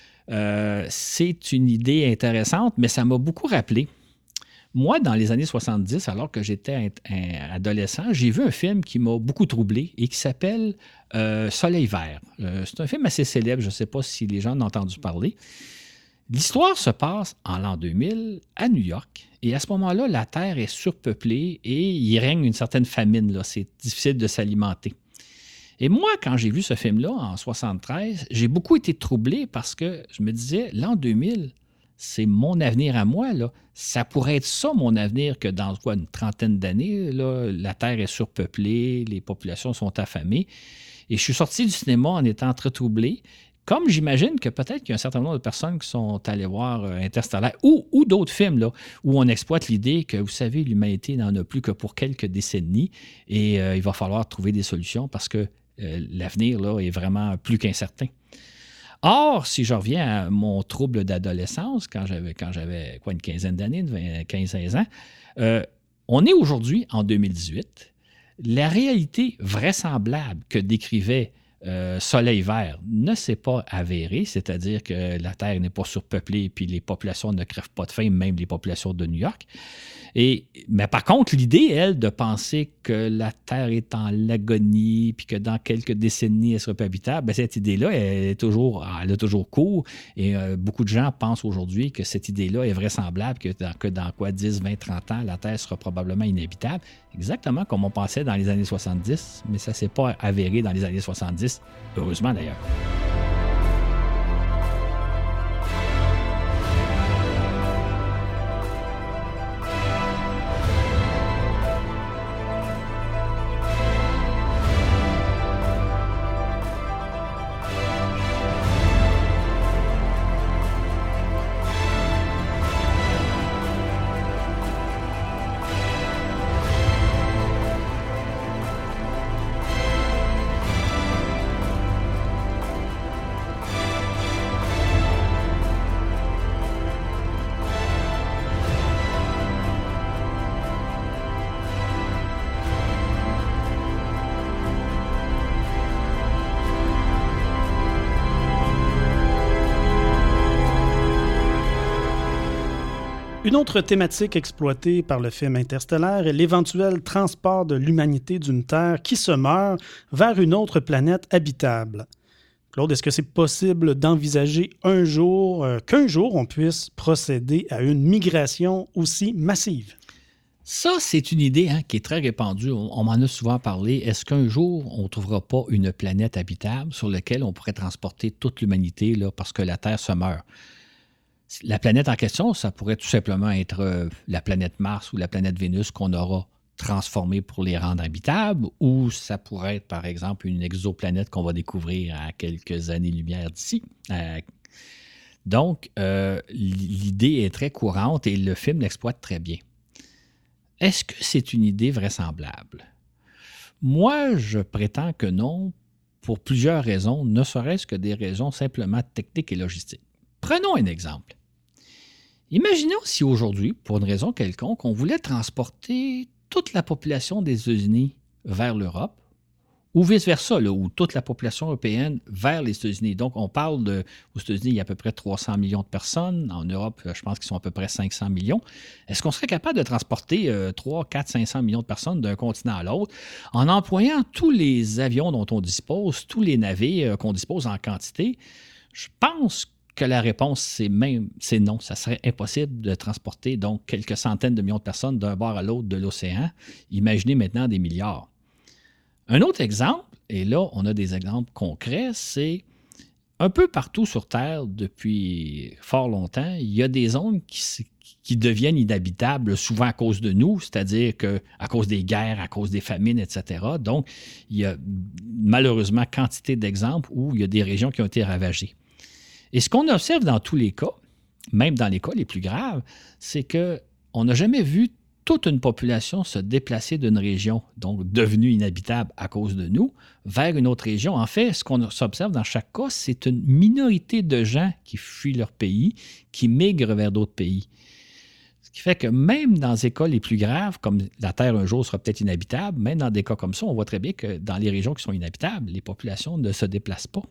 C'est une idée intéressante, mais ça m'a beaucoup rappelé. Moi, dans les années 70, alors que j'étais adolescent, j'ai vu un film qui m'a beaucoup troublé et qui s'appelle Soleil vert. C'est un film assez célèbre, je ne sais pas si les gens en ont entendu parler. L'histoire se passe en l'an 2000 à New York et à ce moment-là, la Terre est surpeuplée et il règne une certaine famine, là. C'est difficile de s'alimenter. Et moi, quand j'ai vu ce film-là en 73, j'ai beaucoup été troublé parce que je me disais, l'an 2000, c'est mon avenir à moi, là. Ça pourrait être ça, mon avenir, que dans une trentaine d'années, là, la Terre est surpeuplée, les populations sont affamées. Et je suis sorti du cinéma en étant très troublé. Comme j'imagine que peut-être qu'il y a un certain nombre de personnes qui sont allées voir Interstellaire ou d'autres films là, où on exploite l'idée que, vous savez, l'humanité n'en a plus que pour quelques décennies et il va falloir trouver des solutions parce que l'avenir là, est vraiment plus qu'incertain. Or, si je reviens à mon trouble d'adolescence, quand j'avais une quinzaine d'années, 15-16 ans, on est aujourd'hui en 2018. La réalité vraisemblable que décrivait Soleil vert ne s'est pas avérée, c'est-à-dire que la Terre n'est pas surpeuplée et puis les populations ne crèvent pas de faim, même les populations de New York. Mais par contre, l'idée, elle, de penser que la Terre est en l'agonie puis que dans quelques décennies, elle sera peu habitable, bien, cette idée-là, elle a toujours cours. Et beaucoup de gens pensent aujourd'hui que cette idée-là est vraisemblable, que dans 10, 20, 30 ans, la Terre sera probablement inhabitable. Exactement comme on pensait dans les années 70, mais ça ne s'est pas avéré dans les années 70, heureusement d'ailleurs. Une autre thématique exploitée par le film Interstellaire est l'éventuel transport de l'humanité d'une Terre qui se meurt vers une autre planète habitable. Claude, est-ce que c'est possible d'envisager qu'un jour on puisse procéder à une migration aussi massive? Ça, c'est une idée qui est très répandue. On m'en a souvent parlé. Est-ce qu'un jour, on ne trouvera pas une planète habitable sur laquelle on pourrait transporter toute l'humanité là, parce que la Terre se meurt? La planète en question, ça pourrait tout simplement être la planète Mars ou la planète Vénus qu'on aura transformée pour les rendre habitables, ou ça pourrait être, par exemple, une exoplanète qu'on va découvrir à quelques années-lumière d'ici. Donc, l'idée est très courante et le film l'exploite très bien. Est-ce que c'est une idée vraisemblable? Moi, je prétends que non, pour plusieurs raisons, ne serait-ce que des raisons simplement techniques et logistiques. Prenons un exemple. Imaginons si aujourd'hui, pour une raison quelconque, on voulait transporter toute la population des États-Unis vers l'Europe, ou vice-versa, là, ou toute la population européenne vers les États-Unis. Donc, on parle aux États-Unis, il y a à peu près 300 millions de personnes. En Europe, je pense qu'ils sont à peu près 500 millions. Est-ce qu'on serait capable de transporter 3, 4, 500 millions de personnes d'un continent à l'autre en employant tous les avions dont on dispose, tous les navires qu'on dispose en quantité? Je pense que la réponse, c'est non. Ça serait impossible de transporter donc quelques centaines de millions de personnes d'un bord à l'autre de l'océan. Imaginez maintenant des milliards. Un autre exemple, et là, on a des exemples concrets, c'est un peu partout sur Terre, depuis fort longtemps, il y a des zones qui deviennent inhabitables, souvent à cause de nous, c'est-à-dire à cause des guerres, à cause des famines, etc. Donc, il y a malheureusement quantité d'exemples où il y a des régions qui ont été ravagées. Et ce qu'on observe dans tous les cas, même dans les cas les plus graves, c'est qu'on n'a jamais vu toute une population se déplacer d'une région, donc devenue inhabitable à cause de nous, vers une autre région. En fait, ce qu'on s'observe dans chaque cas, c'est une minorité de gens qui fuient leur pays, qui migrent vers d'autres pays. Ce qui fait que même dans les cas les plus graves, comme la Terre un jour sera peut-être inhabitable, même dans des cas comme ça, on voit très bien que dans les régions qui sont inhabitables, les populations ne se déplacent pas.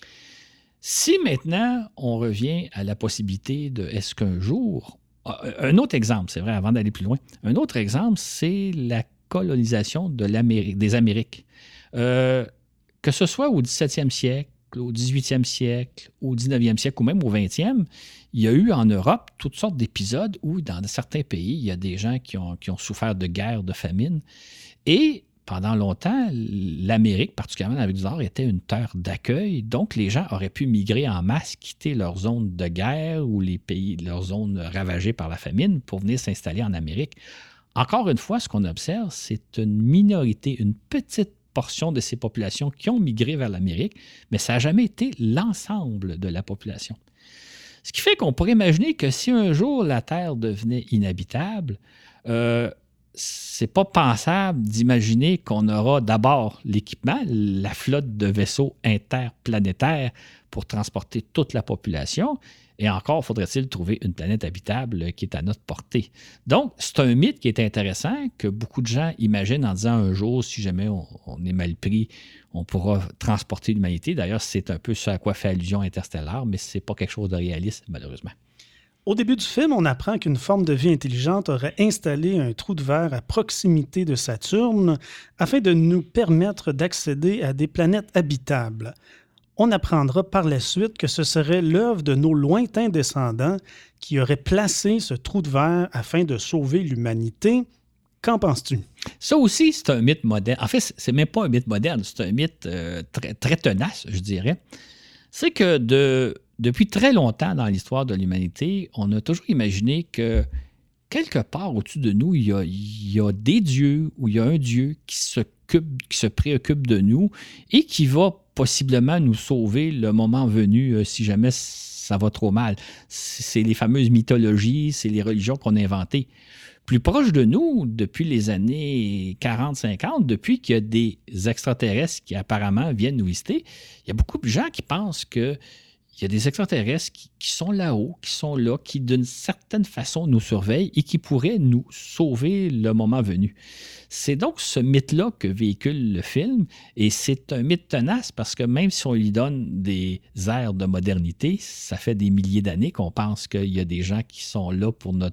Si maintenant, on revient à la possibilité de est-ce qu'un jour... Un autre exemple, c'est vrai, avant d'aller plus loin, un autre exemple, c'est la colonisation des Amériques. Que ce soit au 17e siècle, au 18e siècle, au 19e siècle ou même au 20e, il y a eu en Europe toutes sortes d'épisodes où, dans certains pays, il y a des gens qui ont souffert de guerre, de famine. Et pendant longtemps, l'Amérique, particulièrement l'Amérique du Nord, était une terre d'accueil. Donc, les gens auraient pu migrer en masse, quitter leur zone de guerre ou leurs zones ravagées par la famine pour venir s'installer en Amérique. Encore une fois, ce qu'on observe, c'est une minorité, une petite portion de ces populations qui ont migré vers l'Amérique, mais ça n'a jamais été l'ensemble de la population. Ce qui fait qu'on pourrait imaginer que si un jour la Terre devenait inhabitable, c'est pas pensable d'imaginer qu'on aura d'abord l'équipement, la flotte de vaisseaux interplanétaires pour transporter toute la population. Et encore, faudrait-il trouver une planète habitable qui est à notre portée. Donc, c'est un mythe qui est intéressant, que beaucoup de gens imaginent en disant un jour, si jamais on est mal pris, on pourra transporter l'humanité. D'ailleurs, c'est un peu ce à quoi fait allusion Interstellar, mais ce n'est pas quelque chose de réaliste, malheureusement. Au début du film, on apprend qu'une forme de vie intelligente aurait installé un trou de verre à proximité de Saturne afin de nous permettre d'accéder à des planètes habitables. On apprendra par la suite que ce serait l'œuvre de nos lointains descendants qui auraient placé ce trou de verre afin de sauver l'humanité. Qu'en penses-tu? Ça aussi, c'est un mythe moderne. En fait, c'est même pas un mythe moderne, c'est un mythe très, très tenace, je dirais. C'est que depuis très longtemps dans l'histoire de l'humanité, on a toujours imaginé que quelque part au-dessus de nous, il y a des dieux ou il y a un dieu qui se préoccupe de nous et qui va possiblement nous sauver le moment venu si jamais ça va trop mal. C'est les fameuses mythologies, c'est les religions qu'on a inventées. Plus proche de nous, depuis les années 40-50, depuis qu'il y a des extraterrestres qui apparemment viennent nous visiter, il y a beaucoup de gens qui pensent qu'il y a des extraterrestres qui sont là-haut, qui sont là, qui d'une certaine façon nous surveillent et qui pourraient nous sauver le moment venu. C'est donc ce mythe-là que véhicule le film, et c'est un mythe tenace parce que même si on lui donne des airs de modernité, ça fait des milliers d'années qu'on pense qu'il y a des gens qui sont là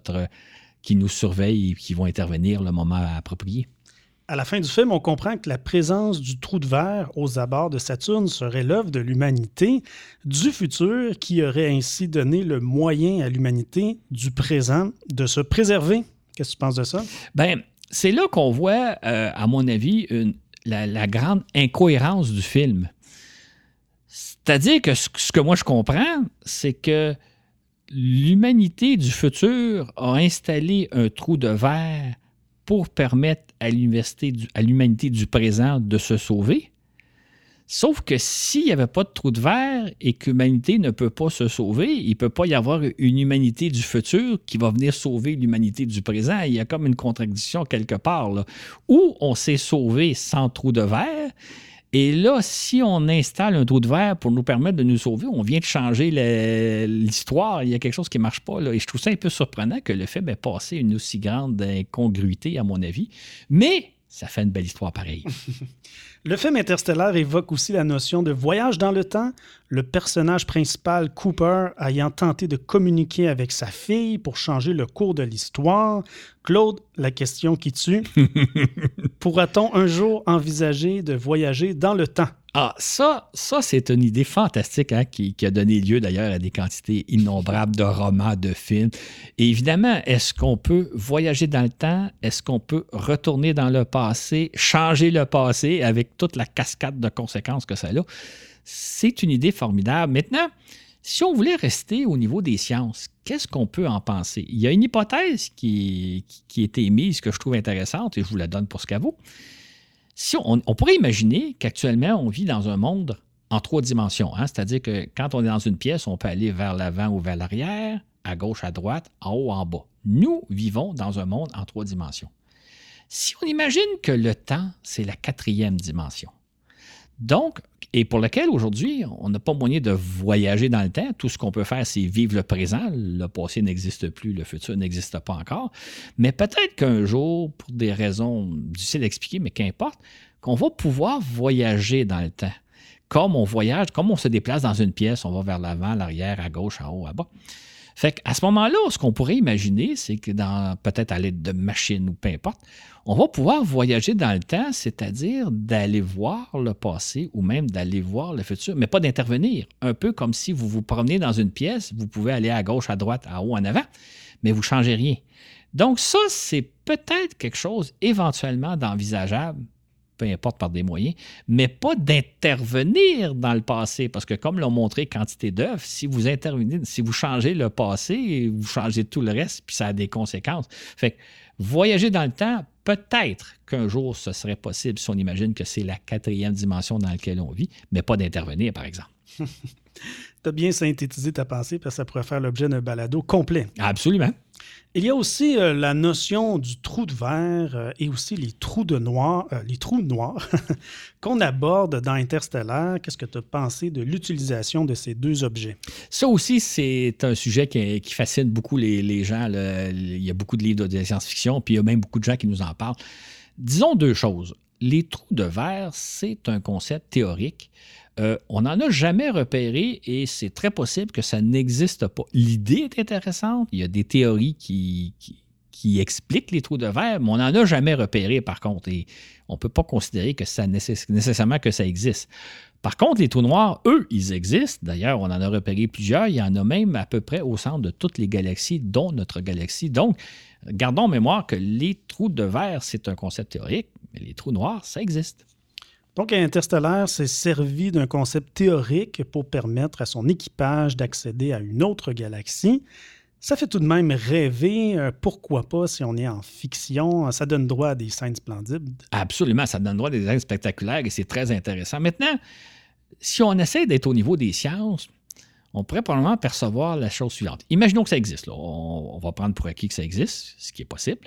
qui nous surveillent et qui vont intervenir le moment approprié. À la fin du film, on comprend que la présence du trou de verre aux abords de Saturne serait l'œuvre de l'humanité du futur qui aurait ainsi donné le moyen à l'humanité du présent de se préserver. Qu'est-ce que tu penses de ça? Bien, c'est là qu'on voit, à mon avis, la grande incohérence du film. C'est-à-dire que ce que moi je comprends, c'est que l'humanité du futur a installé un trou de verre pour permettre à l'humanité du présent de se sauver. Sauf que s'il n'y avait pas de trou de verre et que l'humanité ne peut pas se sauver, il ne peut pas y avoir une humanité du futur qui va venir sauver l'humanité du présent. Il y a comme une contradiction quelque part, là, où on s'est sauvé sans trou de verre. Et là, si on installe un trou de verre pour nous permettre de nous sauver, on vient de changer l'histoire. Il y a quelque chose qui ne marche pas, là. Et je trouve ça un peu surprenant que le film ait passé une aussi grande incongruité, à mon avis. Mais ça fait une belle histoire pareille. Le film Interstellar évoque aussi la notion de voyage dans le temps, le personnage principal, Cooper, ayant tenté de communiquer avec sa fille pour changer le cours de l'histoire. Claude, la question qui tue. Pourra-t-on un jour envisager de voyager dans le temps? Ah, ça c'est une idée fantastique, hein, qui a donné lieu d'ailleurs à des quantités innombrables de romans, de films. Et évidemment, est-ce qu'on peut voyager dans le temps? Est-ce qu'on peut retourner dans le passé, changer le passé avec toute la cascade de conséquences que ça a? c'est une idée formidable. Maintenant, si on voulait rester au niveau des sciences, qu'est-ce qu'on peut en penser? Il y a une hypothèse qui a été émise que je trouve intéressante et je vous la donne pour ce qu'elle vaut. Si on pourrait imaginer qu'actuellement, on vit dans un monde en 3 dimensions. Hein? C'est-à-dire que quand on est dans une pièce, on peut aller vers l'avant ou vers l'arrière, à gauche, à droite, en haut, en bas. Nous vivons dans un monde en 3 dimensions. Si on imagine que le temps, c'est la 4e dimension, donc, et pour lequel aujourd'hui, on n'a pas moyen de voyager dans le temps. Tout ce qu'on peut faire, c'est vivre le présent. Le passé n'existe plus, le futur n'existe pas encore. Mais peut-être qu'un jour, pour des raisons difficiles à expliquer, mais qu'importe, qu'on va pouvoir voyager dans le temps. Comme on voyage, comme on se déplace dans une pièce, on va vers l'avant, l'arrière, à gauche, en haut, à bas. Fait qu'à ce moment-là, ce qu'on pourrait imaginer, c'est que peut-être à l'aide de machines ou peu importe, on va pouvoir voyager dans le temps, c'est-à-dire d'aller voir le passé ou même d'aller voir le futur, mais pas d'intervenir. Un peu comme si vous vous promenez dans une pièce, vous pouvez aller à gauche, à droite, en haut, en avant, mais vous ne changez rien. Donc ça, c'est peut-être quelque chose éventuellement d'envisageable, peu importe par des moyens, mais pas d'intervenir dans le passé, parce que comme l'ont montré quantité d'œuvres, si vous intervenez, si vous changez le passé, vous changez tout le reste, puis ça a des conséquences. Fait que voyager dans le temps, peut-être qu'un jour, ce serait possible si on imagine que c'est la 4e dimension dans laquelle on vit, mais pas d'intervenir, par exemple. Tu as bien synthétisé ta pensée parce que ça pourrait faire l'objet d'un balado complet. Absolument. Il y a aussi la notion du trou de verre et aussi les trous noirs qu'on aborde dans Interstellar. Qu'est-ce que tu as pensé de l'utilisation de ces 2 objets? Ça aussi, c'est un sujet qui fascine beaucoup les gens. Il y a beaucoup de livres de science-fiction, puis il y a même beaucoup de gens qui nous en parlent. Disons 2 choses. Les trous de verre, c'est un concept théorique. On n'en a jamais repéré et c'est très possible que ça n'existe pas. L'idée est intéressante. Il y a des théories qui expliquent les trous de verre, mais on n'en a jamais repéré par contre. Et on ne peut pas considérer que ça nécessairement que ça existe. Par contre, les trous noirs, eux, ils existent. D'ailleurs, on en a repéré plusieurs. Il y en a même à peu près au centre de toutes les galaxies, dont notre galaxie. Donc, gardons en mémoire que les trous de verre, c'est un concept théorique, mais les trous noirs, ça existe. Donc, Interstellar s'est servi d'un concept théorique pour permettre à son équipage d'accéder à une autre galaxie. Ça fait tout de même rêver. Pourquoi pas si on est en fiction? Ça donne droit à des scènes splendides. Absolument, ça donne droit à des scènes spectaculaires et c'est très intéressant. Maintenant, si on essaie d'être au niveau des sciences, on pourrait probablement percevoir la chose suivante. Imaginons que ça existe. Là. On va prendre pour acquis que ça existe, ce qui est possible.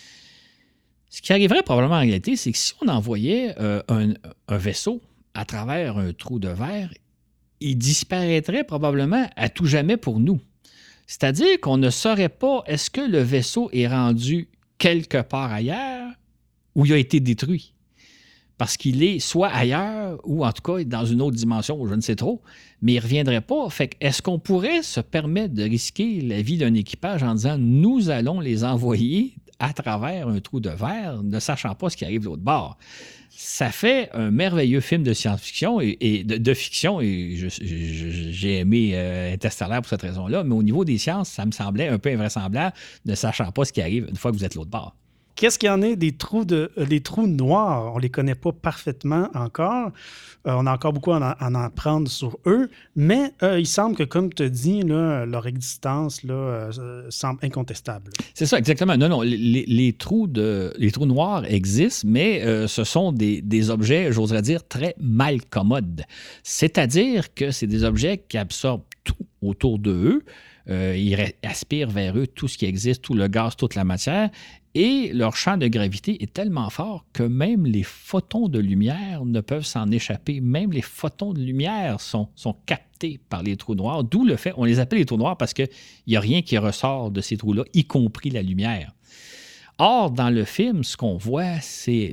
Ce qui arriverait probablement en réalité, c'est que si on envoyait un vaisseau à travers un trou de verre, il disparaîtrait probablement à tout jamais pour nous. C'est-à-dire qu'on ne saurait pas est-ce que le vaisseau est rendu quelque part ailleurs ou il a été détruit. Parce qu'il est soit ailleurs ou en tout cas dans une autre dimension, je ne sais trop, mais il ne reviendrait pas. Fait que est-ce qu'on pourrait se permettre de risquer la vie d'un équipage en disant nous allons les envoyer à travers un trou de verre, ne sachant pas ce qui arrive de l'autre bord? Ça fait un merveilleux film de science-fiction et de fiction, et j'ai aimé Interstellar pour cette raison-là, mais au niveau des sciences, ça me semblait un peu invraisemblable, ne sachant pas ce qui arrive une fois que vous êtes de l'autre bord. Qu'est-ce qu'il y en a des trous noirs? On ne les connaît pas parfaitement encore. On a encore beaucoup à en apprendre sur eux, mais il semble que, comme tu as dit, là, leur existence là, semble incontestable. C'est ça, exactement. Non, les trous noirs existent, mais ce sont des objets, j'oserais dire, très mal commodes. C'est-à-dire que c'est des objets qui absorbent tout autour d'eux. Ils aspirent vers eux tout ce qui existe, tout le gaz, toute la matière. Et leur champ de gravité est tellement fort que même les photons de lumière ne peuvent s'en échapper. Même les photons de lumière sont captés par les trous noirs, d'où le fait, on les appelle les trous noirs parce qu'il n'y a rien qui ressort de ces trous-là, y compris la lumière. Or, dans le film, ce qu'on voit, c'est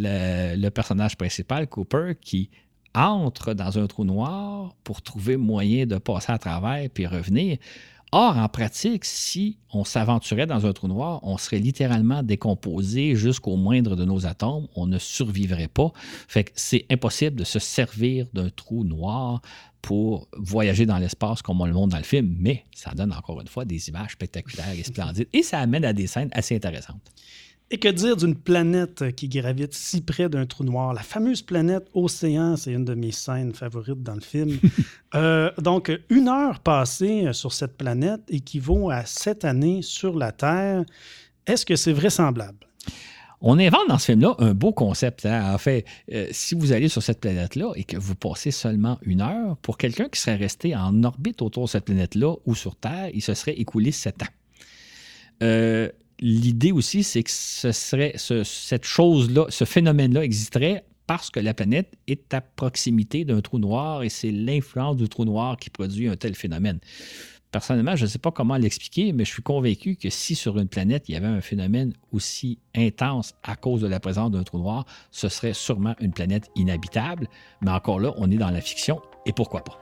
le personnage principal, Cooper, qui entre dans un trou noir pour trouver moyen de passer à travers puis revenir. Or, en pratique, si on s'aventurait dans un trou noir, on serait littéralement décomposé jusqu'au moindre de nos atomes. On ne survivrait pas. Fait que c'est impossible de se servir d'un trou noir pour voyager dans l'espace comme on le montre dans le film, mais ça donne encore une fois des images spectaculaires et splendides et ça amène à des scènes assez intéressantes. Et que dire d'une planète qui gravite si près d'un trou noir? La fameuse planète Océan, c'est une de mes scènes favorites dans le film. Donc, 1 heure passée sur cette planète équivaut à 7 années sur la Terre. Est-ce que c'est vraisemblable? On invente dans ce film-là un beau concept. Hein? En fait, si vous allez sur cette planète-là et que vous passez seulement 1 heure, pour quelqu'un qui serait resté en orbite autour de cette planète-là ou sur Terre, il se serait écoulé 7 ans. L'idée aussi, c'est que cette chose-là, ce phénomène-là existerait parce que la planète est à proximité d'un trou noir et c'est l'influence du trou noir qui produit un tel phénomène. Personnellement, je ne sais pas comment l'expliquer, mais je suis convaincu que si sur une planète, il y avait un phénomène aussi intense à cause de la présence d'un trou noir, ce serait sûrement une planète inhabitable. Mais encore là, on est dans la fiction et pourquoi pas?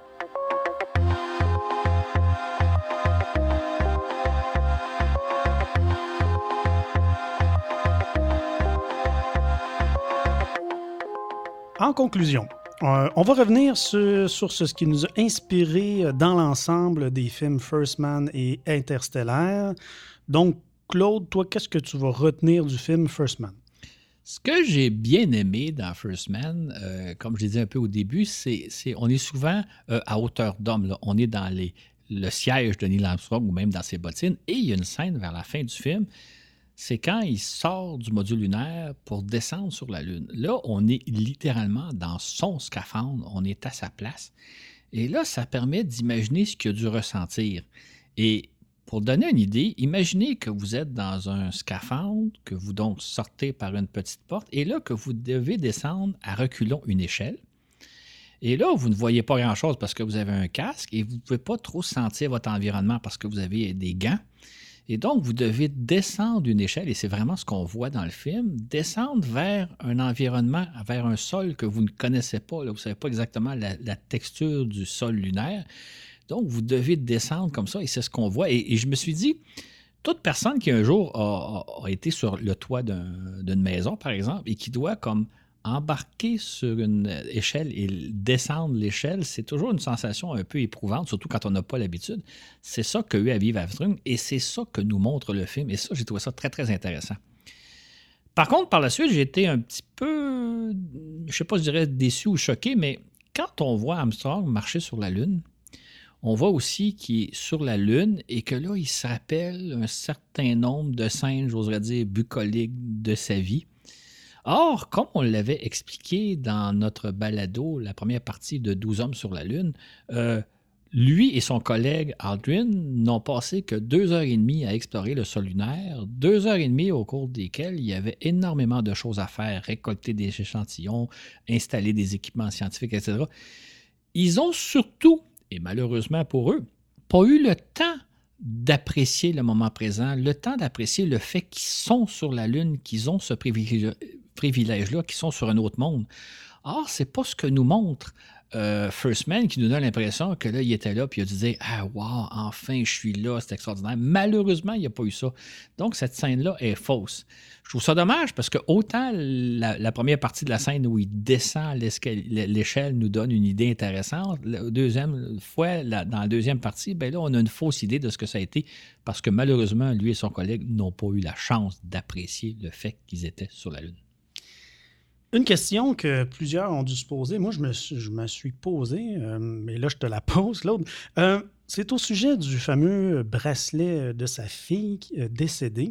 En conclusion, on va revenir sur ce qui nous a inspiré dans l'ensemble des films First Man et Interstellar. Donc, Claude, toi, qu'est-ce que tu vas retenir du film First Man? Ce que j'ai bien aimé dans First Man, comme je l'ai dit un peu au début, c'est on est souvent à hauteur d'homme. Là. On est dans le siège de Neil Armstrong ou même dans ses bottines. Et il y a une scène vers la fin du film, c'est quand il sort du module lunaire pour descendre sur la Lune. Là, on est littéralement dans son scaphandre, on est à sa place. Et là, ça permet d'imaginer ce qu'il a dû ressentir. Et pour donner une idée, imaginez que vous êtes dans un scaphandre, que vous donc sortez par une petite porte, et là, que vous devez descendre à reculons une échelle. Et là, vous ne voyez pas grand-chose parce que vous avez un casque et vous ne pouvez pas trop sentir votre environnement parce que vous avez des gants. Et donc, vous devez descendre une échelle, et c'est vraiment ce qu'on voit dans le film, descendre vers un environnement, vers un sol que vous ne connaissez pas. Là, vous ne savez pas exactement la texture du sol lunaire. Donc, vous devez descendre comme ça, et c'est ce qu'on voit. Et je me suis dit, toute personne qui un jour a été sur le toit d'une maison, par exemple, et qui doit comme embarquer sur une échelle et descendre l'échelle, c'est toujours une sensation un peu éprouvante, surtout quand on n'a pas l'habitude. C'est ça qu'a eu à vivre Armstrong et c'est ça que nous montre le film. Et ça, j'ai trouvé ça très, très intéressant. Par contre, par la suite, j'ai été un petit peu, je ne sais pas, je dirais déçu ou choqué, mais quand on voit Armstrong marcher sur la Lune, on voit aussi qu'il est sur la Lune et que là, il se rappelle un certain nombre de scènes, j'oserais dire, bucoliques de sa vie. Or, comme on l'avait expliqué dans notre balado, la première partie de 12 hommes sur la Lune, lui et son collègue Aldrin n'ont passé que 2 heures et demie à explorer le sol lunaire, 2 heures et demie au cours desquelles il y avait énormément de choses à faire, récolter des échantillons, installer des équipements scientifiques, etc. Ils ont surtout, et malheureusement pour eux, pas eu le temps d'apprécier le moment présent, le temps d'apprécier le fait qu'ils sont sur la Lune, qu'ils ont ce privilège-là, qu'ils sont sur un autre monde. Or, c'est pas ce que nous montre First Man, qui nous donne l'impression que là, il était là, puis il a dû dire « Ah, wow, enfin, je suis là, c'est extraordinaire. » Malheureusement, il n'y a pas eu ça. Donc, cette scène-là est fausse. Je trouve ça dommage parce que autant la première partie de la scène où il descend l'échelle nous donne une idée intéressante, la deuxième fois, dans la deuxième partie, ben là, on a une fausse idée de ce que ça a été parce que malheureusement, lui et son collègue n'ont pas eu la chance d'apprécier le fait qu'ils étaient sur la Lune. Une question que plusieurs ont dû se poser, moi je me suis posé, mais là je te la pose, Claude. C'est au sujet du fameux bracelet de sa fille décédée.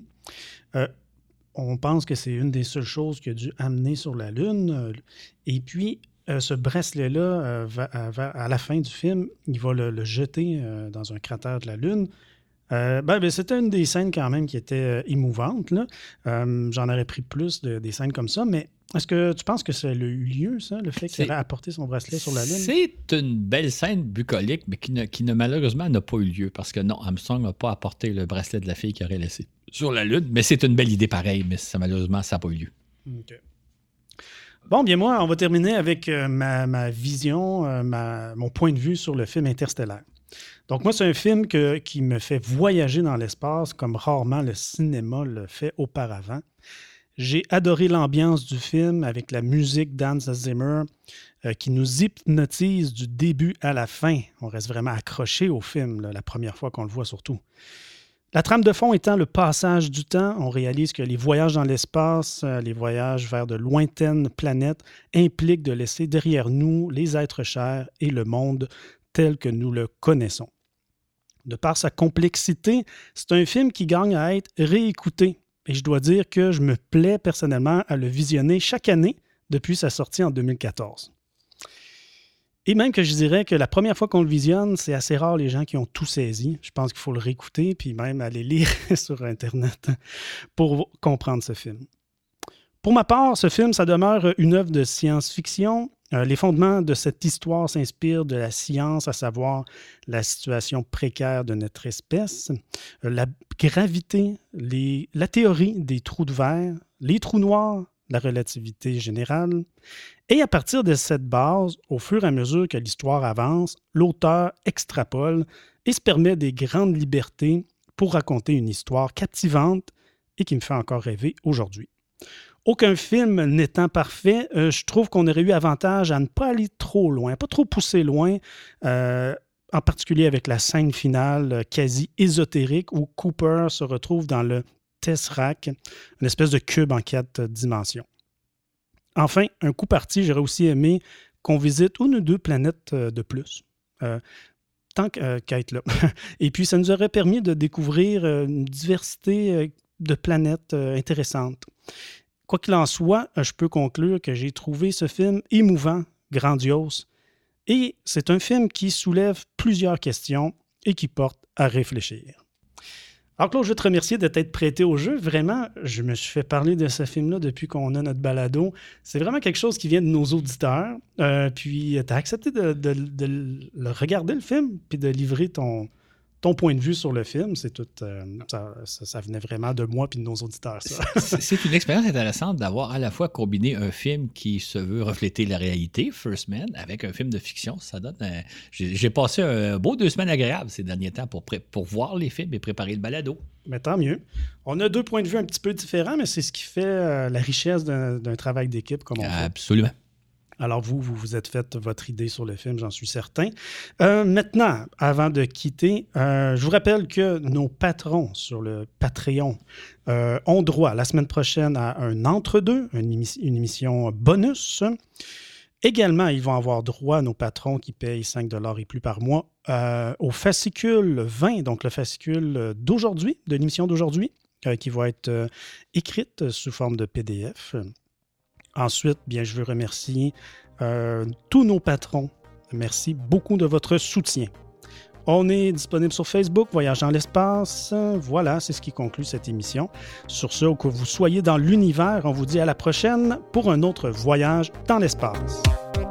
On pense que c'est une des seules choses qu'il a dû amener sur la Lune. Et puis, ce bracelet-là, à la fin du film, il va le jeter dans un cratère de la Lune. C'était une des scènes quand même qui était émouvante. Là. J'en aurais pris plus des scènes comme ça, mais est-ce que tu penses que ça a eu lieu, ça, le fait qu'il avait apporté son bracelet sur la Lune? C'est une belle scène bucolique, mais qui malheureusement n'a pas eu lieu, parce que non, Armstrong n'a pas apporté le bracelet de la fille qu'il aurait laissé sur la Lune, mais c'est une belle idée pareille, mais malheureusement, ça n'a pas eu lieu. OK. Bon, bien moi, on va terminer avec ma vision, mon point de vue sur le film Interstellar. Donc moi, c'est un film qui me fait voyager dans l'espace comme rarement le cinéma le fait auparavant. J'ai adoré l'ambiance du film avec la musique d'Hans Zimmer qui nous hypnotise du début à la fin. On reste vraiment accroché au film, là, la première fois qu'on le voit surtout. La trame de fond étant le passage du temps, on réalise que les voyages dans l'espace, les voyages vers de lointaines planètes impliquent de laisser derrière nous les êtres chers et le monde tel que nous le connaissons. De par sa complexité, c'est un film qui gagne à être réécouté. Et je dois dire que je me plais personnellement à le visionner chaque année depuis sa sortie en 2014. Et même que je dirais que la première fois qu'on le visionne, c'est assez rare les gens qui ont tout saisi. Je pense qu'il faut le réécouter puis même aller lire sur Internet pour comprendre ce film. Pour ma part, ce film, ça demeure une œuvre de science-fiction. Les fondements de cette histoire s'inspirent de la science, à savoir la situation précaire de notre espèce, la gravité, la théorie des trous de verre, les trous noirs, la relativité générale. Et à partir de cette base, au fur et à mesure que l'histoire avance, l'auteur extrapole et se permet des grandes libertés pour raconter une histoire captivante et qui me fait encore rêver aujourd'hui. Aucun film n'étant parfait, je trouve qu'on aurait eu avantage à ne pas aller trop loin, pas trop pousser loin, en particulier avec la scène finale quasi ésotérique où Cooper se retrouve dans le Tesseract, une espèce de cube en 4 dimensions. Enfin, un coup parti, j'aurais aussi aimé qu'on visite une ou deux planètes de plus, tant qu'à être là. Et puis, ça nous aurait permis de découvrir une diversité de planètes intéressantes. Quoi qu'il en soit, je peux conclure que j'ai trouvé ce film émouvant, grandiose, et c'est un film qui soulève plusieurs questions et qui porte à réfléchir. Alors Claude, je veux te remercier de t'être prêté au jeu. Vraiment, je me suis fait parler de ce film-là depuis qu'on a notre balado. C'est vraiment quelque chose qui vient de nos auditeurs. Puis tu as accepté de le regarder, le film, puis de livrer ton point de vue sur le film. C'est tout, ça venait vraiment de moi puis de nos auditeurs. Ça. C'est une expérience intéressante d'avoir à la fois combiné un film qui se veut refléter la réalité, First Man, avec un film de fiction. Ça donne. J'ai passé un beau 2 semaines agréables ces derniers temps pour voir les films et préparer le balado. Mais tant mieux. On a 2 points de vue un petit peu différents, mais c'est ce qui fait la richesse d'un travail d'équipe comme on fait. Absolument. Alors vous vous êtes fait votre idée sur le film, j'en suis certain. Maintenant, avant de quitter, je vous rappelle que nos patrons sur le Patreon ont droit la semaine prochaine à un entre-deux, une émission bonus. Également, ils vont avoir droit, nos patrons qui payent 5$ et plus par mois, au fascicule 20, donc le fascicule d'aujourd'hui, de l'émission d'aujourd'hui, qui va être écrite sous forme de PDF. Ensuite, bien, je veux remercier tous nos patrons. Merci beaucoup de votre soutien. On est disponible sur Facebook, Voyage dans l'espace. Voilà, c'est ce qui conclut cette émission. Sur ce, que vous soyez dans l'univers, on vous dit à la prochaine pour un autre voyage dans l'espace.